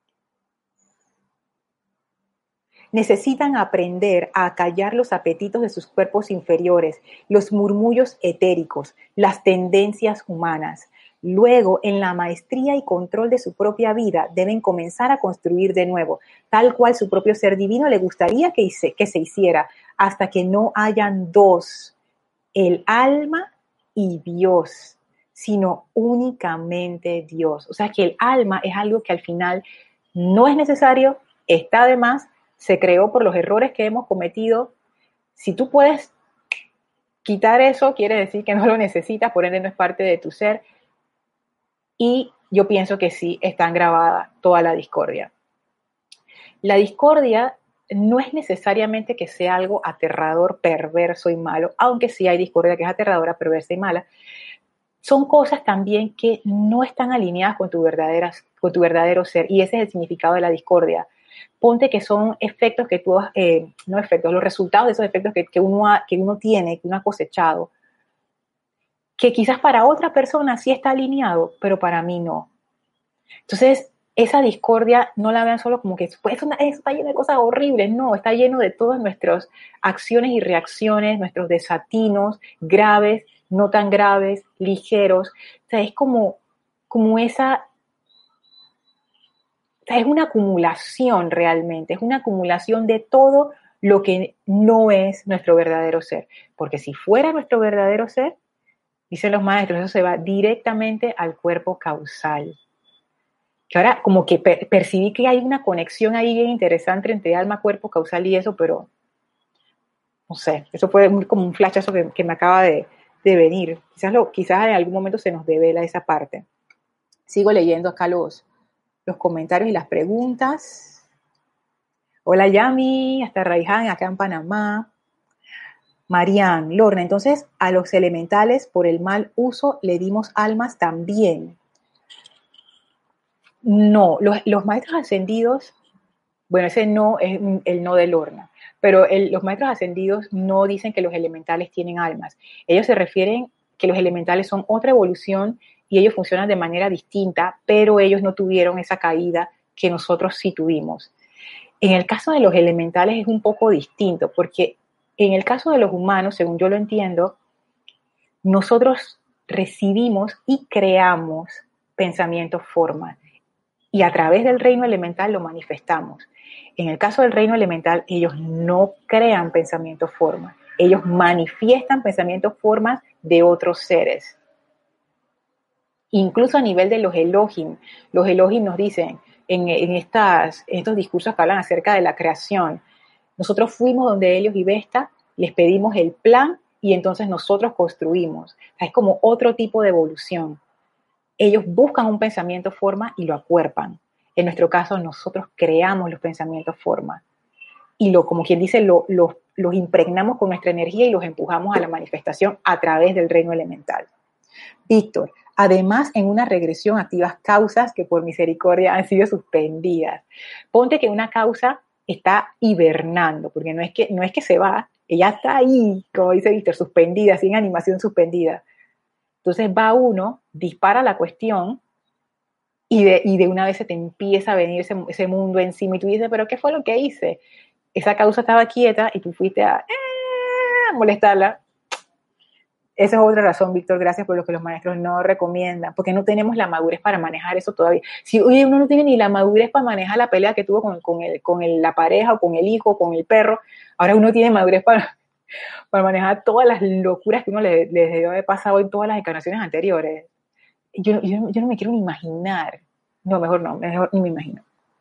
Necesitan aprender a acallar los apetitos de sus cuerpos inferiores, los murmullos etéricos, las tendencias humanas. Luego, en la maestría y control de su propia vida, deben comenzar a construir de nuevo, tal cual su propio ser divino le gustaría que, hice, que se hiciera, hasta que no hayan dos, el alma y Dios, sino únicamente Dios. O sea que el alma es algo que al final no es necesario, está de más, se creó por los errores que hemos cometido. Si tú puedes quitar eso, quiere decir que no lo necesitas, por ende no es parte de tu ser. Y yo pienso que sí está grabada toda la discordia. La discordia no es necesariamente que sea algo aterrador, perverso y malo, aunque sí hay discordia que es aterradora, perversa y mala. Son cosas también que no están alineadas con tu, verdadera, con tu verdadero ser, y ese es el significado de la discordia. Ponte que son efectos que tú, eh, no efectos, los resultados de esos efectos que, que, uno ha, que uno tiene, que uno ha cosechado, que quizás para otra persona sí está alineado, pero para mí no. Entonces, esa discordia no la vean solo como que pues, eso, eso está lleno de cosas horribles, no, está lleno de todas nuestras acciones y reacciones, nuestros desatinos graves, no tan graves, ligeros. O sea, es como, como esa, o sea, es una acumulación realmente, es una acumulación de todo lo que no es nuestro verdadero ser. Porque si fuera nuestro verdadero ser, dicen los maestros, eso se va directamente al cuerpo causal. Que ahora como que per percibí que hay una conexión ahí bien interesante entre alma, cuerpo, causal y eso, pero no sé, eso fue muy, como un flashazo que, que me acaba de, de venir. Quizás, lo, quizás en algún momento se nos devela esa parte. Sigo leyendo acá los, los comentarios y las preguntas. Hola Yami, hasta Raiján, acá en Panamá. Marian, Lorna, entonces a los elementales por el mal uso le dimos almas también. No, los, los maestros ascendidos, bueno, ese no es el no de Lorna, pero el, los maestros ascendidos no dicen que los elementales tienen almas. Ellos se refieren que los elementales son otra evolución y ellos funcionan de manera distinta, pero ellos no tuvieron esa caída que nosotros sí tuvimos. En el caso de los elementales es un poco distinto, porque en el caso de los humanos, según yo lo entiendo, nosotros recibimos y creamos pensamientos, formas, y a través del reino elemental lo manifestamos. En el caso del reino elemental, ellos no crean pensamientos, formas, ellos manifiestan pensamientos, formas de otros seres. Incluso a nivel de los Elohim, los Elohim nos dicen en, en, estas, en estos discursos que hablan acerca de la creación, nosotros fuimos donde ellos y Vesta, les pedimos el plan y entonces nosotros construimos. O sea, es como otro tipo de evolución. Ellos buscan un pensamiento, forma y lo acuerpan. En nuestro caso, nosotros creamos los pensamientos, forma y lo, como quien dice, lo, lo, los impregnamos con nuestra energía y los empujamos a la manifestación a través del reino elemental. Víctor, además en una regresión activas causas que por misericordia han sido suspendidas. Ponte que una causa está hibernando, porque no es que, no es que se va, ella está ahí, como dice Víctor, suspendida, sin animación suspendida. Entonces va uno, dispara la cuestión y de, y de una vez se te empieza a venir ese, ese mundo encima y tú dices, pero ¿qué fue lo que hice? Esa causa estaba quieta y tú fuiste a eh, molestarla. Esa es otra razón, Víctor, gracias por lo que los maestros no recomiendan, porque no tenemos la madurez para manejar eso todavía. Si oye, uno no tiene ni la madurez para manejar la pelea que tuvo con, con, el, con el, la pareja o con el hijo, o con el perro, ahora uno tiene madurez para, para manejar todas las locuras que uno le, les debió haber pasado en todas las encarnaciones anteriores. Yo, yo, yo no me quiero ni imaginar. No, mejor no, mejor ni me imagino.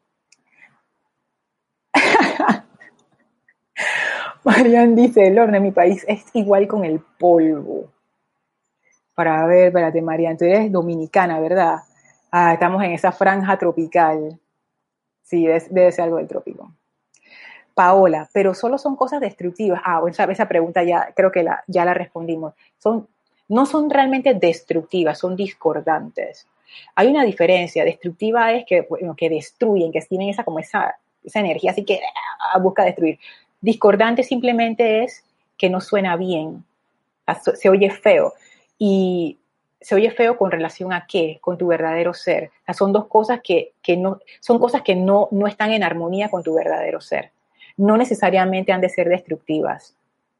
Marian dice, Lorna, mi país es igual con el polvo. Para ver, espérate, Marian, tú eres dominicana, ¿verdad? Ah, estamos en esa franja tropical. Sí, debe, debe ser algo del trópico. Paola, pero solo son cosas destructivas. Ah, bueno, esa, esa pregunta ya creo que la, ya la respondimos. Son, no son realmente destructivas, son discordantes. Hay una diferencia. Destructiva es que, bueno, que destruyen, que tienen esa, como esa, esa energía, así que ah, busca destruir. Discordante simplemente es que no suena bien, se oye feo. Y se oye feo con relación a qué, con tu verdadero ser. O sea, son dos cosas que, que no, son cosas que no, no están en armonía con tu verdadero ser. No necesariamente han de ser destructivas.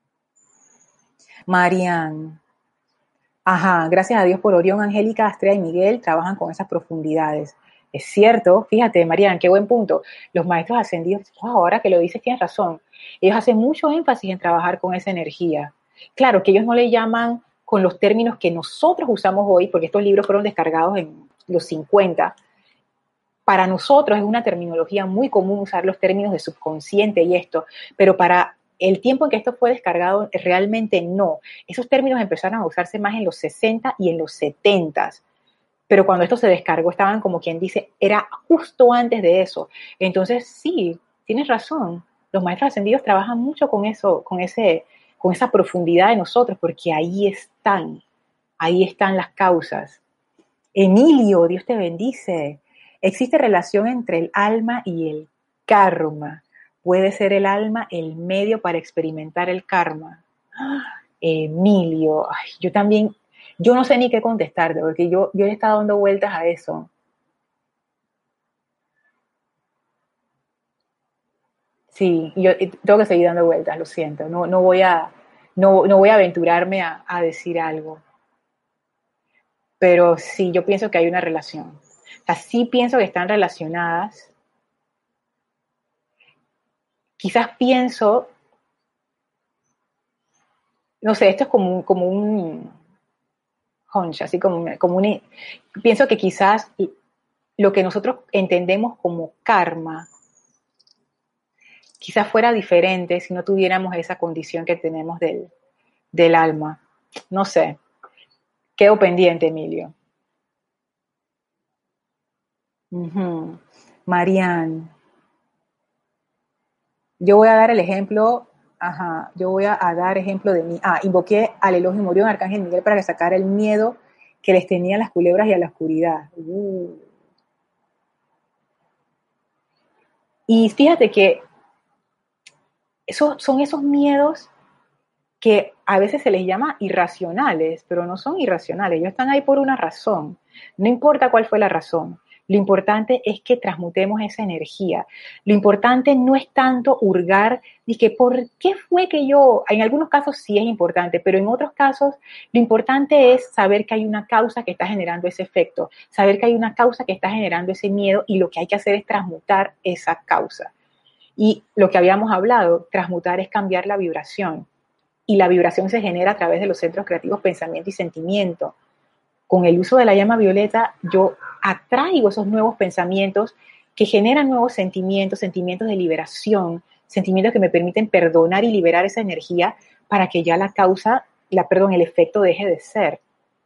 Marian. Ajá, gracias a Dios por Orión, Angélica, Astrea y Miguel trabajan con esas profundidades. Es cierto, fíjate, Marian, qué buen punto. Los maestros ascendidos, oh, ahora que lo dices, tienes razón. Ellos hacen mucho énfasis en trabajar con esa energía. Claro que ellos no le llaman con los términos que nosotros usamos hoy, porque estos libros fueron descargados en los cincuenta. Para nosotros es una terminología muy común usar los términos de subconsciente y esto, pero para el tiempo en que esto fue descargado, realmente no. Esos términos empezaron a usarse más en los sesenta y en los setenta, pero cuando esto se descargó estaban como quien dice, era justo antes de eso. Entonces sí, tienes razón, los maestros ascendidos trabajan mucho con eso, con, ese, con esa profundidad de nosotros, porque ahí están, ahí están las causas. Emilio, Dios te bendice. Existe relación entre el alma y el karma. Puede ser el alma el medio para experimentar el karma. ¡Ah! Emilio, ay, yo también, yo no sé ni qué contestarte, porque yo, yo he estado dando vueltas a eso. Sí, yo tengo que seguir dando vueltas, lo siento. No, no voy a, no, no voy a aventurarme a, a decir algo. Pero sí, yo pienso que hay una relación. O sea, sí pienso que están relacionadas. Quizás pienso, no sé, esto es como un, como un hunch, así como, como un, pienso que quizás lo que nosotros entendemos como karma, quizás fuera diferente si no tuviéramos esa condición que tenemos del, del alma. No sé, quedo pendiente, Emilio. Uh-huh. Marianne, yo voy a dar el ejemplo, ajá, yo voy a, a, dar ejemplo de mí. Ah, invoqué al Elohim Orión, Arcángel Miguel, para que sacara el miedo que les tenían las culebras y a la oscuridad. Uh. Y fíjate que eso, son esos miedos que a veces se les llama irracionales, pero no son irracionales, ellos están ahí por una razón. No importa cuál fue la razón, lo importante es que transmutemos esa energía. Lo importante no es tanto hurgar y que por qué fue que yo, en algunos casos sí es importante, pero en otros casos lo importante es saber que hay una causa que está generando ese efecto, saber que hay una causa que está generando ese miedo y lo que hay que hacer es transmutar esa causa. Y lo que habíamos hablado, transmutar es cambiar la vibración. Y la vibración se genera a través de los centros creativos pensamiento y sentimiento. Con el uso de la llama violeta, yo atraigo esos nuevos pensamientos que generan nuevos sentimientos, sentimientos de liberación, sentimientos que me permiten perdonar y liberar esa energía para que ya la causa, la, perdón, el efecto deje de ser.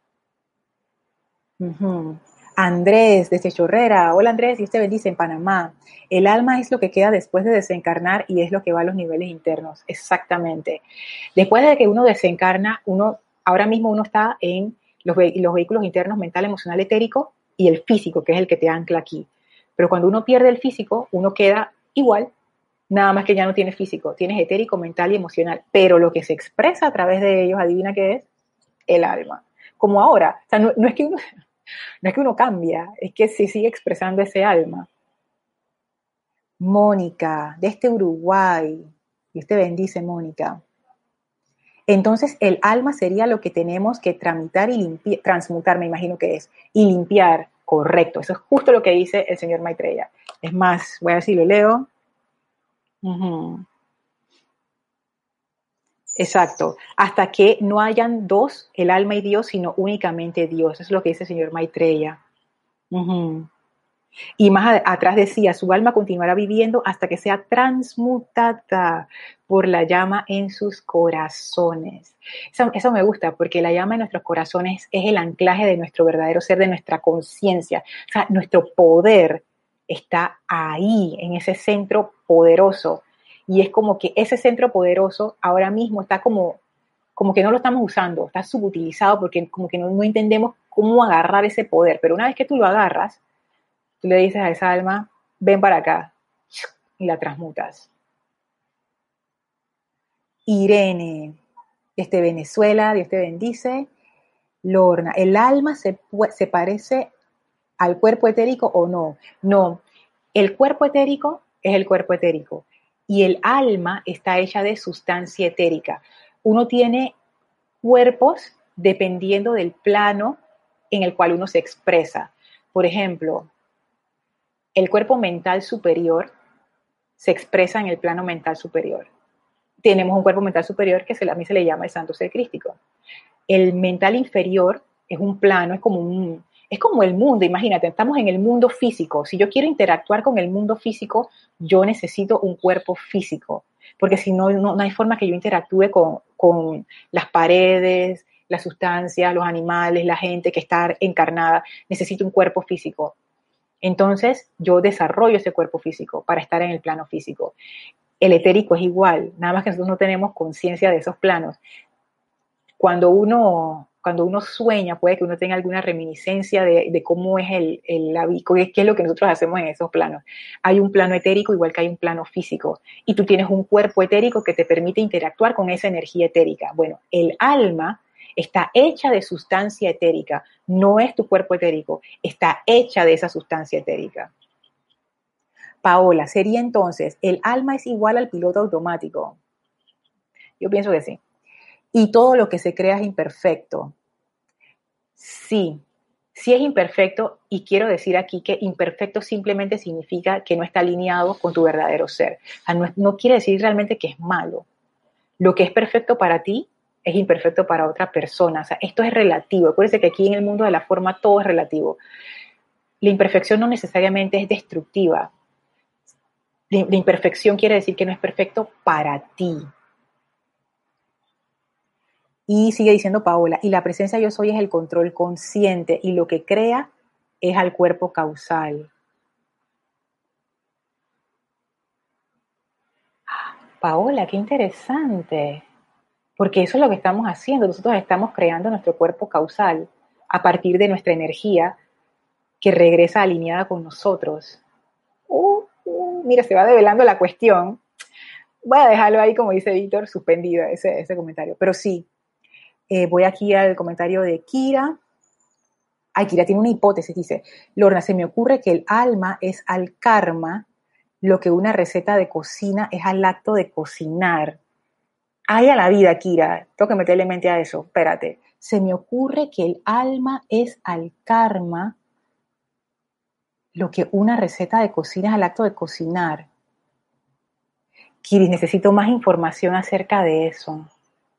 Uh-huh. Andrés, desde Chorrera. Hola Andrés, Dios te bendice en Panamá. El alma es lo que queda después de desencarnar y es lo que va a los niveles internos. Exactamente. Después de que uno desencarna, uno, ahora mismo uno está en los, ve- los vehículos internos mental, emocional, etérico y el físico, que es el que te ancla aquí. Pero cuando uno pierde el físico, uno queda igual, nada más que ya no tienes físico, tienes etérico, mental y emocional. Pero lo que se expresa a través de ellos, adivina qué es, el alma. Como ahora. O sea, no, no es que uno, no es que uno cambia, es que se sigue expresando ese alma. Mónica, de este Uruguay. Dios te bendice, Mónica. Entonces, el alma sería lo que tenemos que tramitar y limpiar, transmutar, me imagino que es, y limpiar. Correcto, eso es justo lo que dice el señor Maitreya. Es más, voy a ver si lo leo. Uh-huh. Exacto, hasta que no hayan dos, el alma y Dios, sino únicamente Dios. Eso es lo que dice el señor Maitreya. Uh-huh. Y más a- atrás decía, su alma continuará viviendo hasta que sea transmutada por la llama en sus corazones. Eso, eso me gusta, porque la llama en nuestros corazones es el anclaje de nuestro verdadero ser, de nuestra conciencia. O sea, nuestro poder está ahí, en ese centro poderoso. Y es como que ese centro poderoso ahora mismo está como, como que no lo estamos usando, está subutilizado porque como que no, no entendemos cómo agarrar ese poder. Pero una vez que tú lo agarras, tú le dices a esa alma, ven para acá, y la transmutas. Irene, desde Venezuela, Dios te bendice. Lorna, ¿el alma se, se parece al cuerpo etérico o no? No, el cuerpo etérico es el cuerpo etérico y el alma está hecha de sustancia etérica. Uno tiene cuerpos dependiendo del plano en el cual uno se expresa. Por ejemplo, el cuerpo mental superior se expresa en el plano mental superior. Tenemos un cuerpo mental superior que se, a mí se le llama el santo ser crístico. El mental inferior es un plano, es como un, es como el mundo, imagínate, estamos en el mundo físico. Si yo quiero interactuar con el mundo físico, yo necesito un cuerpo físico, porque si no, no, no hay forma que yo interactúe con, con las paredes, las sustancias, los animales, la gente que está encarnada. Necesito un cuerpo físico. Entonces, yo desarrollo ese cuerpo físico para estar en el plano físico. El etérico es igual, nada más que nosotros no tenemos conciencia de esos planos. Cuando uno, cuando uno sueña, puede que uno tenga alguna reminiscencia de, de cómo es el, el la, qué es lo que nosotros hacemos en esos planos. Hay un plano etérico igual que hay un plano físico, y tú tienes un cuerpo etérico que te permite interactuar con esa energía etérica. Bueno, el alma está hecha de sustancia etérica, no es tu cuerpo etérico, está hecha de esa sustancia etérica. Paola, sería entonces, ¿el alma es igual al piloto automático? Yo pienso que sí. Y todo lo que se crea es imperfecto. Sí, sí es imperfecto, y quiero decir aquí que imperfecto simplemente significa que no está alineado con tu verdadero ser. O sea, no, no quiere decir realmente que es malo. Lo que es perfecto para ti es imperfecto para otra persona. O sea, esto es relativo. Acuérdense que aquí en el mundo de la forma todo es relativo. La imperfección no necesariamente es destructiva. La, la imperfección quiere decir que no es perfecto para ti. Y sigue diciendo Paola, y la presencia yo soy es el control consciente y lo que crea es al cuerpo causal. Paola, qué interesante, porque eso es lo que estamos haciendo. Nosotros estamos creando nuestro cuerpo causal a partir de nuestra energía que regresa alineada con nosotros. Uh, uh, mira, se va develando la cuestión. Voy a dejarlo ahí, como dice Víctor, suspendido ese, ese comentario. Pero sí, eh, voy aquí al comentario de Kira. Ay, Kira tiene una hipótesis, dice, Lorna, se me ocurre que el alma es al karma lo que una receta de cocina es al acto de cocinar. Ay, a la vida, Kira, tengo que meterle mente a eso, espérate. Se me ocurre que el alma es al karma lo que una receta de cocina es al acto de cocinar. Kiri, necesito más información acerca de eso.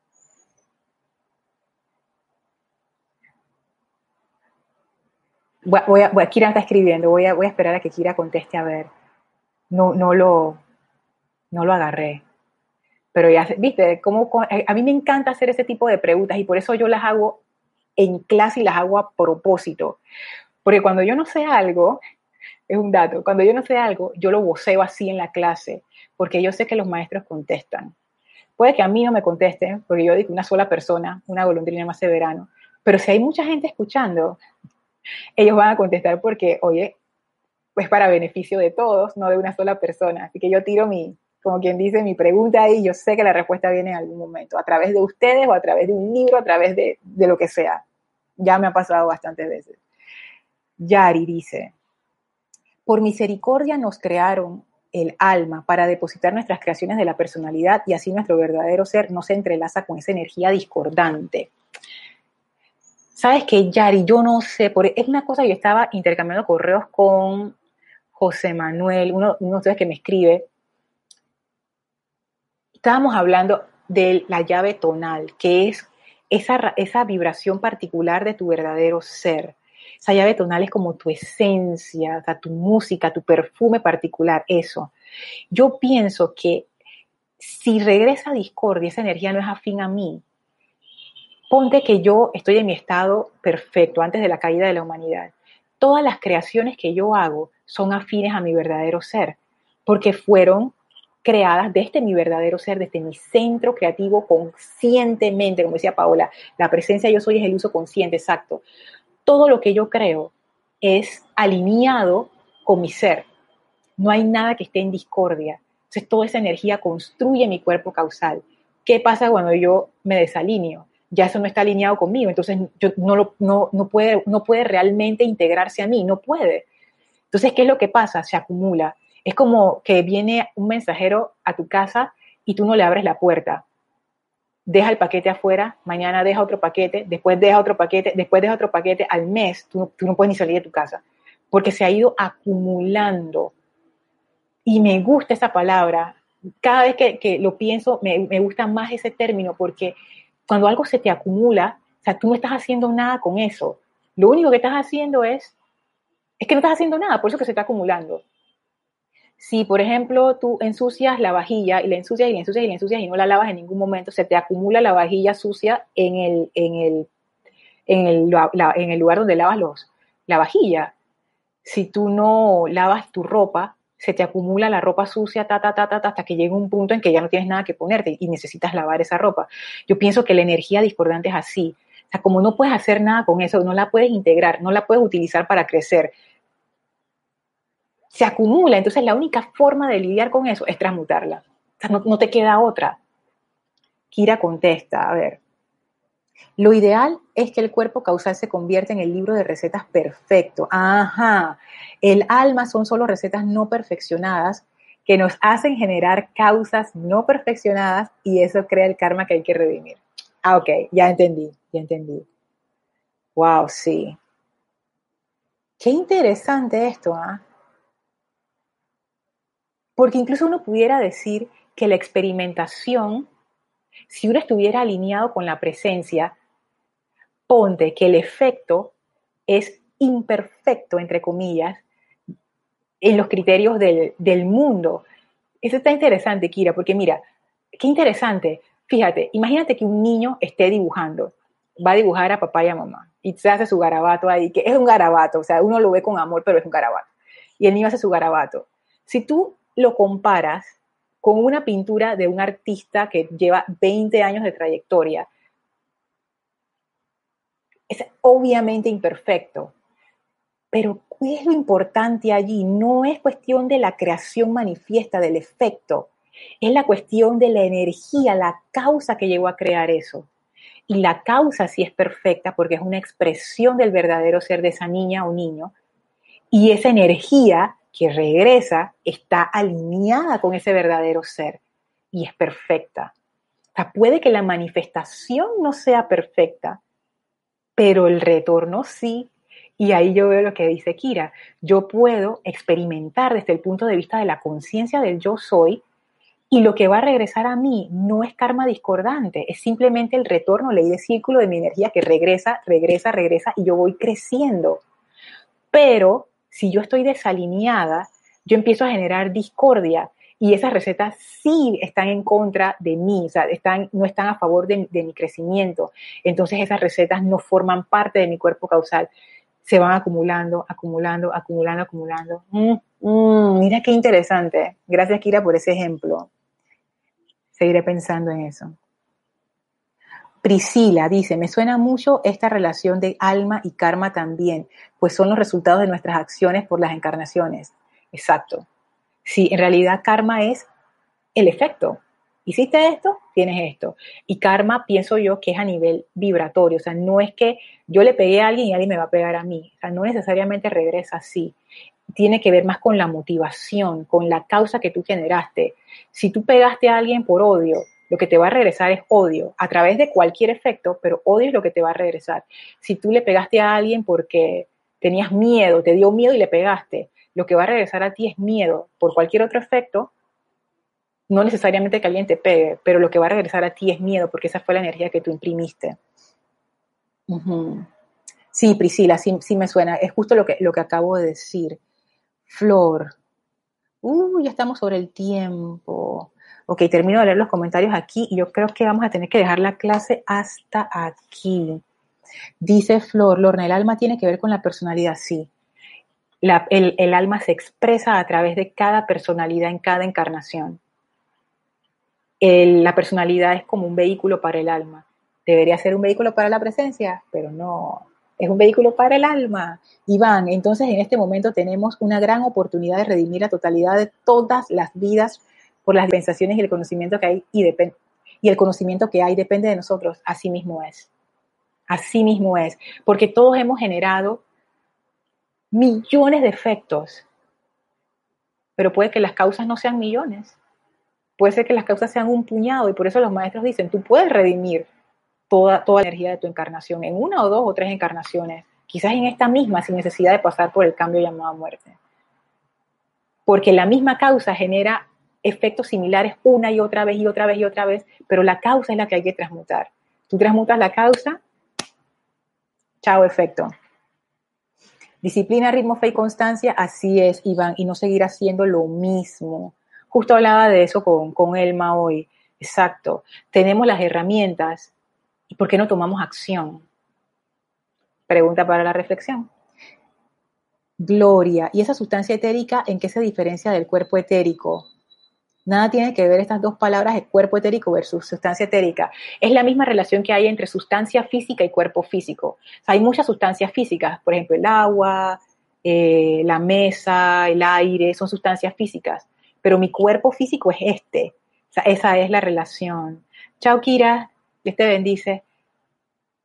Voy, voy a, voy, Kira está escribiendo, voy a, voy a esperar a que Kira conteste a ver. No, no, lo, no lo agarré. Pero ya, viste, cómo, a mí me encanta hacer ese tipo de preguntas y por eso yo las hago en clase y las hago a propósito. Porque cuando yo no sé algo, es un dato, cuando yo no sé algo, yo lo voceo así en la clase, porque yo sé que los maestros contestan. Puede que a mí no me contesten, porque yo digo una sola persona, una golondrina más de verano, pero si hay mucha gente escuchando, ellos van a contestar porque, oye, pues para beneficio de todos, no de una sola persona. Así que yo tiro mi, como quien dice, mi pregunta ahí, yo sé que la respuesta viene en algún momento, a través de ustedes o a través de un libro, a través de, de lo que sea. Ya me ha pasado bastantes veces. Yari dice, por misericordia nos crearon el alma para depositar nuestras creaciones de la personalidad y así nuestro verdadero ser no se entrelaza con esa energía discordante. ¿Sabes qué, Yari? Yo no sé, por, es una cosa que yo estaba intercambiando correos con José Manuel, uno, uno de ustedes que me escribe. Estábamos hablando de la llave tonal, que es esa, esa vibración particular de tu verdadero ser. Esa llave tonal es como tu esencia, o sea, tu música, tu perfume particular, eso. Yo pienso que si regresa discordia, esa energía no es afín a mí. Ponte que yo estoy en mi estado perfecto antes de la caída de la humanidad. Todas las creaciones que yo hago son afines a mi verdadero ser, porque fueron creadas desde mi verdadero ser, desde mi centro creativo conscientemente, como decía Paola, la presencia yo soy es el uso consciente, exacto. Todo lo que yo creo es alineado con mi ser. No hay nada que esté en discordia. Entonces, toda esa energía construye mi cuerpo causal. ¿Qué pasa cuando yo me desalineo? Ya eso no está alineado conmigo, entonces yo no, lo, no, no, puede, no puede realmente integrarse a mí, no puede. Entonces, ¿qué es lo que pasa? Se acumula. Es como que viene un mensajero a tu casa y tú no le abres la puerta. Deja el paquete afuera, mañana deja otro paquete, después deja otro paquete, después deja otro paquete, al mes tú, tú no puedes ni salir de tu casa, porque se ha ido acumulando. Y me gusta esa palabra. Cada vez que, que lo pienso, me, me gusta más ese término, porque cuando algo se te acumula, o sea, tú no estás haciendo nada con eso. Lo único que estás haciendo es, es que no estás haciendo nada, por eso que se está acumulando. Si, por ejemplo, tú ensucias la vajilla y la ensucias y la ensucias y la ensucias y no la lavas en ningún momento, se te acumula la vajilla sucia en el, en el, en el, la, en el lugar donde lavas los, la vajilla. Si tú no lavas tu ropa, se te acumula la ropa sucia, ta, ta, ta, ta, ta, hasta que llega un punto en que ya no tienes nada que ponerte y necesitas lavar esa ropa. Yo pienso que la energía discordante es así. O sea, como no puedes hacer nada con eso, no la puedes integrar, no la puedes utilizar para crecer, se acumula. Entonces la única forma de lidiar con eso es transmutarla. O sea, no, no te queda otra. Kira contesta, a ver. Lo ideal es que el cuerpo causal se convierta en el libro de recetas perfecto. Ajá. El alma son solo recetas no perfeccionadas que nos hacen generar causas no perfeccionadas y eso crea el karma que hay que redimir. Ah, ok, ya entendí, ya entendí. Wow, sí. Qué interesante esto, ¿ah? ¿eh? Porque incluso uno pudiera decir que la experimentación, si uno estuviera alineado con la presencia, ponte que el efecto es imperfecto, entre comillas, en los criterios del, del mundo. Eso está interesante, Kira, porque mira, qué interesante. Fíjate, imagínate que un niño esté dibujando, va a dibujar a papá y a mamá, y se hace su garabato ahí, que es un garabato, o sea, uno lo ve con amor, pero es un garabato. Y el niño hace su garabato. Si tú lo comparas con una pintura de un artista que lleva veinte años de trayectoria, es obviamente imperfecto, pero ¿qué es lo importante allí? No es cuestión de la creación manifiesta, del efecto, es la cuestión de la energía, la causa que llegó a crear eso. Y la causa sí es perfecta porque es una expresión del verdadero ser de esa niña o niño, y esa energía que regresa está alineada con ese verdadero ser y es perfecta. O sea, puede que la manifestación no sea perfecta, pero el retorno sí. Y ahí yo veo lo que dice Kira. Yo puedo experimentar desde el punto de vista de la conciencia del yo soy, y lo que va a regresar a mí no es karma discordante, es simplemente el retorno, ley de círculo de mi energía que regresa, regresa, regresa y yo voy creciendo. Pero si yo estoy desalineada, yo empiezo a generar discordia y esas recetas sí están en contra de mí, o sea, están, no están a favor de, de mi crecimiento. Entonces esas recetas no forman parte de mi cuerpo causal. Se van acumulando, acumulando, acumulando, acumulando. Mm, mm, mira qué interesante. Gracias, Kira, por ese ejemplo. Seguiré pensando en eso. Priscila dice, me suena mucho esta relación de alma y karma también, pues son los resultados de nuestras acciones por las encarnaciones. Exacto. Sí, en realidad karma es el efecto. Hiciste esto, tienes esto. Y karma, pienso yo, que es a nivel vibratorio. O sea, no es que yo le pegué a alguien y alguien me va a pegar a mí. O sea, no necesariamente regresa así. Tiene que ver más con la motivación, con la causa que tú generaste. Si tú pegaste a alguien por odio, lo que te va a regresar es odio, a través de cualquier efecto, pero odio es lo que te va a regresar. Si tú le pegaste a alguien porque tenías miedo, te dio miedo y le pegaste, lo que va a regresar a ti es miedo por cualquier otro efecto, no necesariamente que alguien te pegue, pero lo que va a regresar a ti es miedo, porque esa fue la energía que tú imprimiste. Uh-huh. Sí, Priscila, sí, sí me suena, es justo lo que, lo que acabo de decir. Flor, uh, ya estamos sobre el tiempo. Ok, termino de leer los comentarios aquí y yo creo que vamos a tener que dejar la clase hasta aquí. Dice Flor, Lorna, el alma tiene que ver con la personalidad, sí. La, el, el alma se expresa a través de cada personalidad en cada encarnación. El, la personalidad es como un vehículo para el alma. Debería ser un vehículo para la presencia, pero no, es un vehículo para el alma. Iván, entonces en este momento tenemos una gran oportunidad de redimir la totalidad de todas las vidas por las dispensaciones y el conocimiento que hay y, depend- y el conocimiento que hay depende de nosotros. Así mismo es. Así mismo es. Porque todos hemos generado millones de efectos, pero puede que las causas no sean millones. Puede ser que las causas sean un puñado y por eso los maestros dicen, tú puedes redimir toda, toda la energía de tu encarnación en una o dos o tres encarnaciones, quizás en esta misma sin necesidad de pasar por el cambio llamado muerte. Porque la misma causa genera efectos similares una y otra vez y otra vez y otra vez, pero la causa es la que hay que transmutar. Tú transmutas la causa, chao efecto. Disciplina, ritmo, fe y constancia, así es, Iván, y no seguir haciendo lo mismo. Justo hablaba de eso con, con Elma hoy. Exacto. Tenemos las herramientas, ¿y por qué no tomamos acción? Pregunta para la reflexión. Gloria, ¿y esa sustancia etérica en qué se diferencia del cuerpo etérico? Nada tiene que ver estas dos palabras de cuerpo etérico versus sustancia etérica. Es la misma relación que hay entre sustancia física y cuerpo físico. O sea, hay muchas sustancias físicas, por ejemplo, el agua, eh, la mesa, el aire, son sustancias físicas. Pero mi cuerpo físico es este. O sea, esa es la relación. Chao, Kira. Dios te bendice.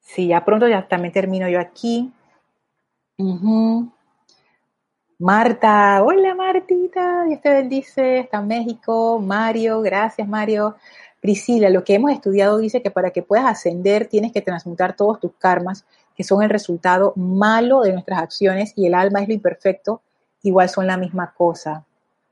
Sí, ya pronto ya también termino yo aquí. Uh-huh. Marta, hola Martita, Dios te bendice, está en México. Mario, gracias Mario. Priscila, lo que hemos estudiado dice que para que puedas ascender tienes que transmutar todos tus karmas, que son el resultado malo de nuestras acciones, y el alma es lo imperfecto, igual son la misma cosa.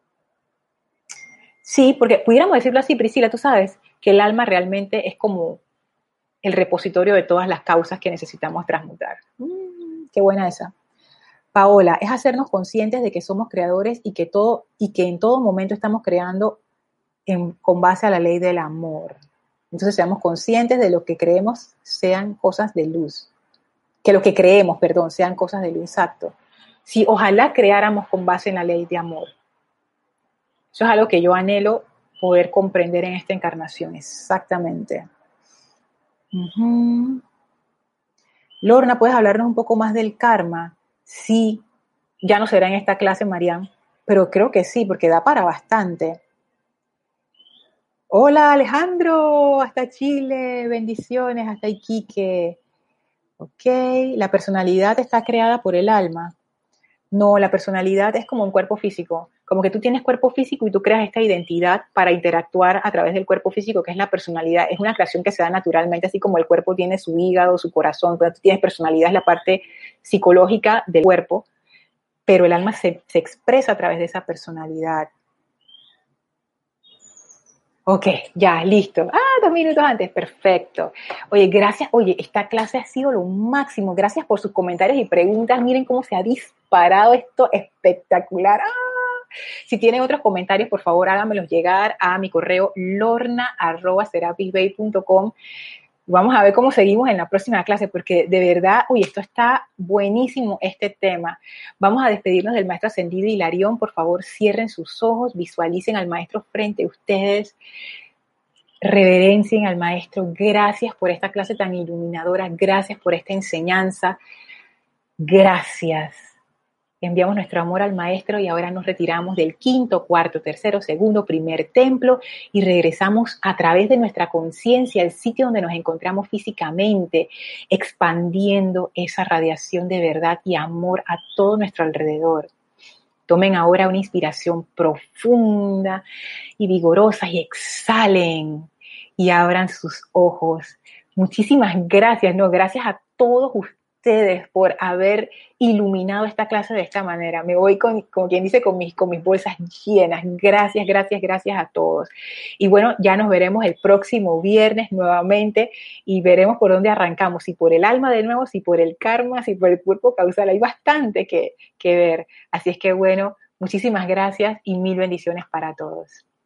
Sí, porque pudiéramos decirlo así, Priscila, tú sabes que el alma realmente es como el repositorio de todas las causas que necesitamos transmutar. Mm, qué buena esa. Paola, es hacernos conscientes de que somos creadores y que, todo, y que en todo momento estamos creando en, con base a la ley del amor. Entonces seamos conscientes de lo que creemos sean cosas de luz. Que lo que creemos, perdón, sean cosas de luz, exacto. Si ojalá creáramos con base en la ley de amor. Eso es algo que yo anhelo poder comprender en esta encarnación, exactamente. Uh-huh. Lorna, ¿puedes hablarnos un poco más del karma? Sí, ya no será en esta clase, Marian, pero creo que sí, porque da para bastante. Hola, Alejandro, hasta Chile, bendiciones, hasta Iquique. Ok, la personalidad está creada por el alma. No, la personalidad es como un cuerpo físico, como que tú tienes cuerpo físico y tú creas esta identidad para interactuar a través del cuerpo físico, que es la personalidad. Es una creación que se da naturalmente, así como el cuerpo tiene su hígado, su corazón, pero tú tienes personalidad, es la parte psicológica del cuerpo, pero el alma se, se expresa a través de esa personalidad. Ok, ya, listo. Ah, dos minutos antes, perfecto. Oye, gracias. Oye, esta clase ha sido lo máximo. Gracias por sus comentarios y preguntas. Miren cómo se ha disparado esto, espectacular. Ah, si tienen otros comentarios, por favor, háganmelos llegar a mi correo lorna arroba serapis bay punto com. Vamos a ver cómo seguimos en la próxima clase, porque de verdad, uy, esto está buenísimo, este tema. Vamos a despedirnos del maestro ascendido Hilarión. Por favor, cierren sus ojos, visualicen al maestro frente a ustedes, reverencien al maestro. Gracias por esta clase tan iluminadora, gracias por esta enseñanza, gracias. Enviamos nuestro amor al maestro y ahora nos retiramos del quinto, cuarto, tercero, segundo, primer templo y regresamos a través de nuestra conciencia al sitio donde nos encontramos físicamente, expandiendo esa radiación de verdad y amor a todo nuestro alrededor. Tomen ahora una inspiración profunda y vigorosa y exhalen y abran sus ojos. Muchísimas gracias, no, gracias a todos ustedes por haber iluminado esta clase de esta manera. Me voy con, como quien dice, con mis, con mis bolsas llenas. Gracias, gracias, gracias a todos. Y bueno, ya nos veremos el próximo viernes nuevamente y veremos por dónde arrancamos, si por el alma de nuevo, si por el karma, si por el cuerpo causal. Hay bastante que, que ver. Así es que bueno, muchísimas gracias y mil bendiciones para todos.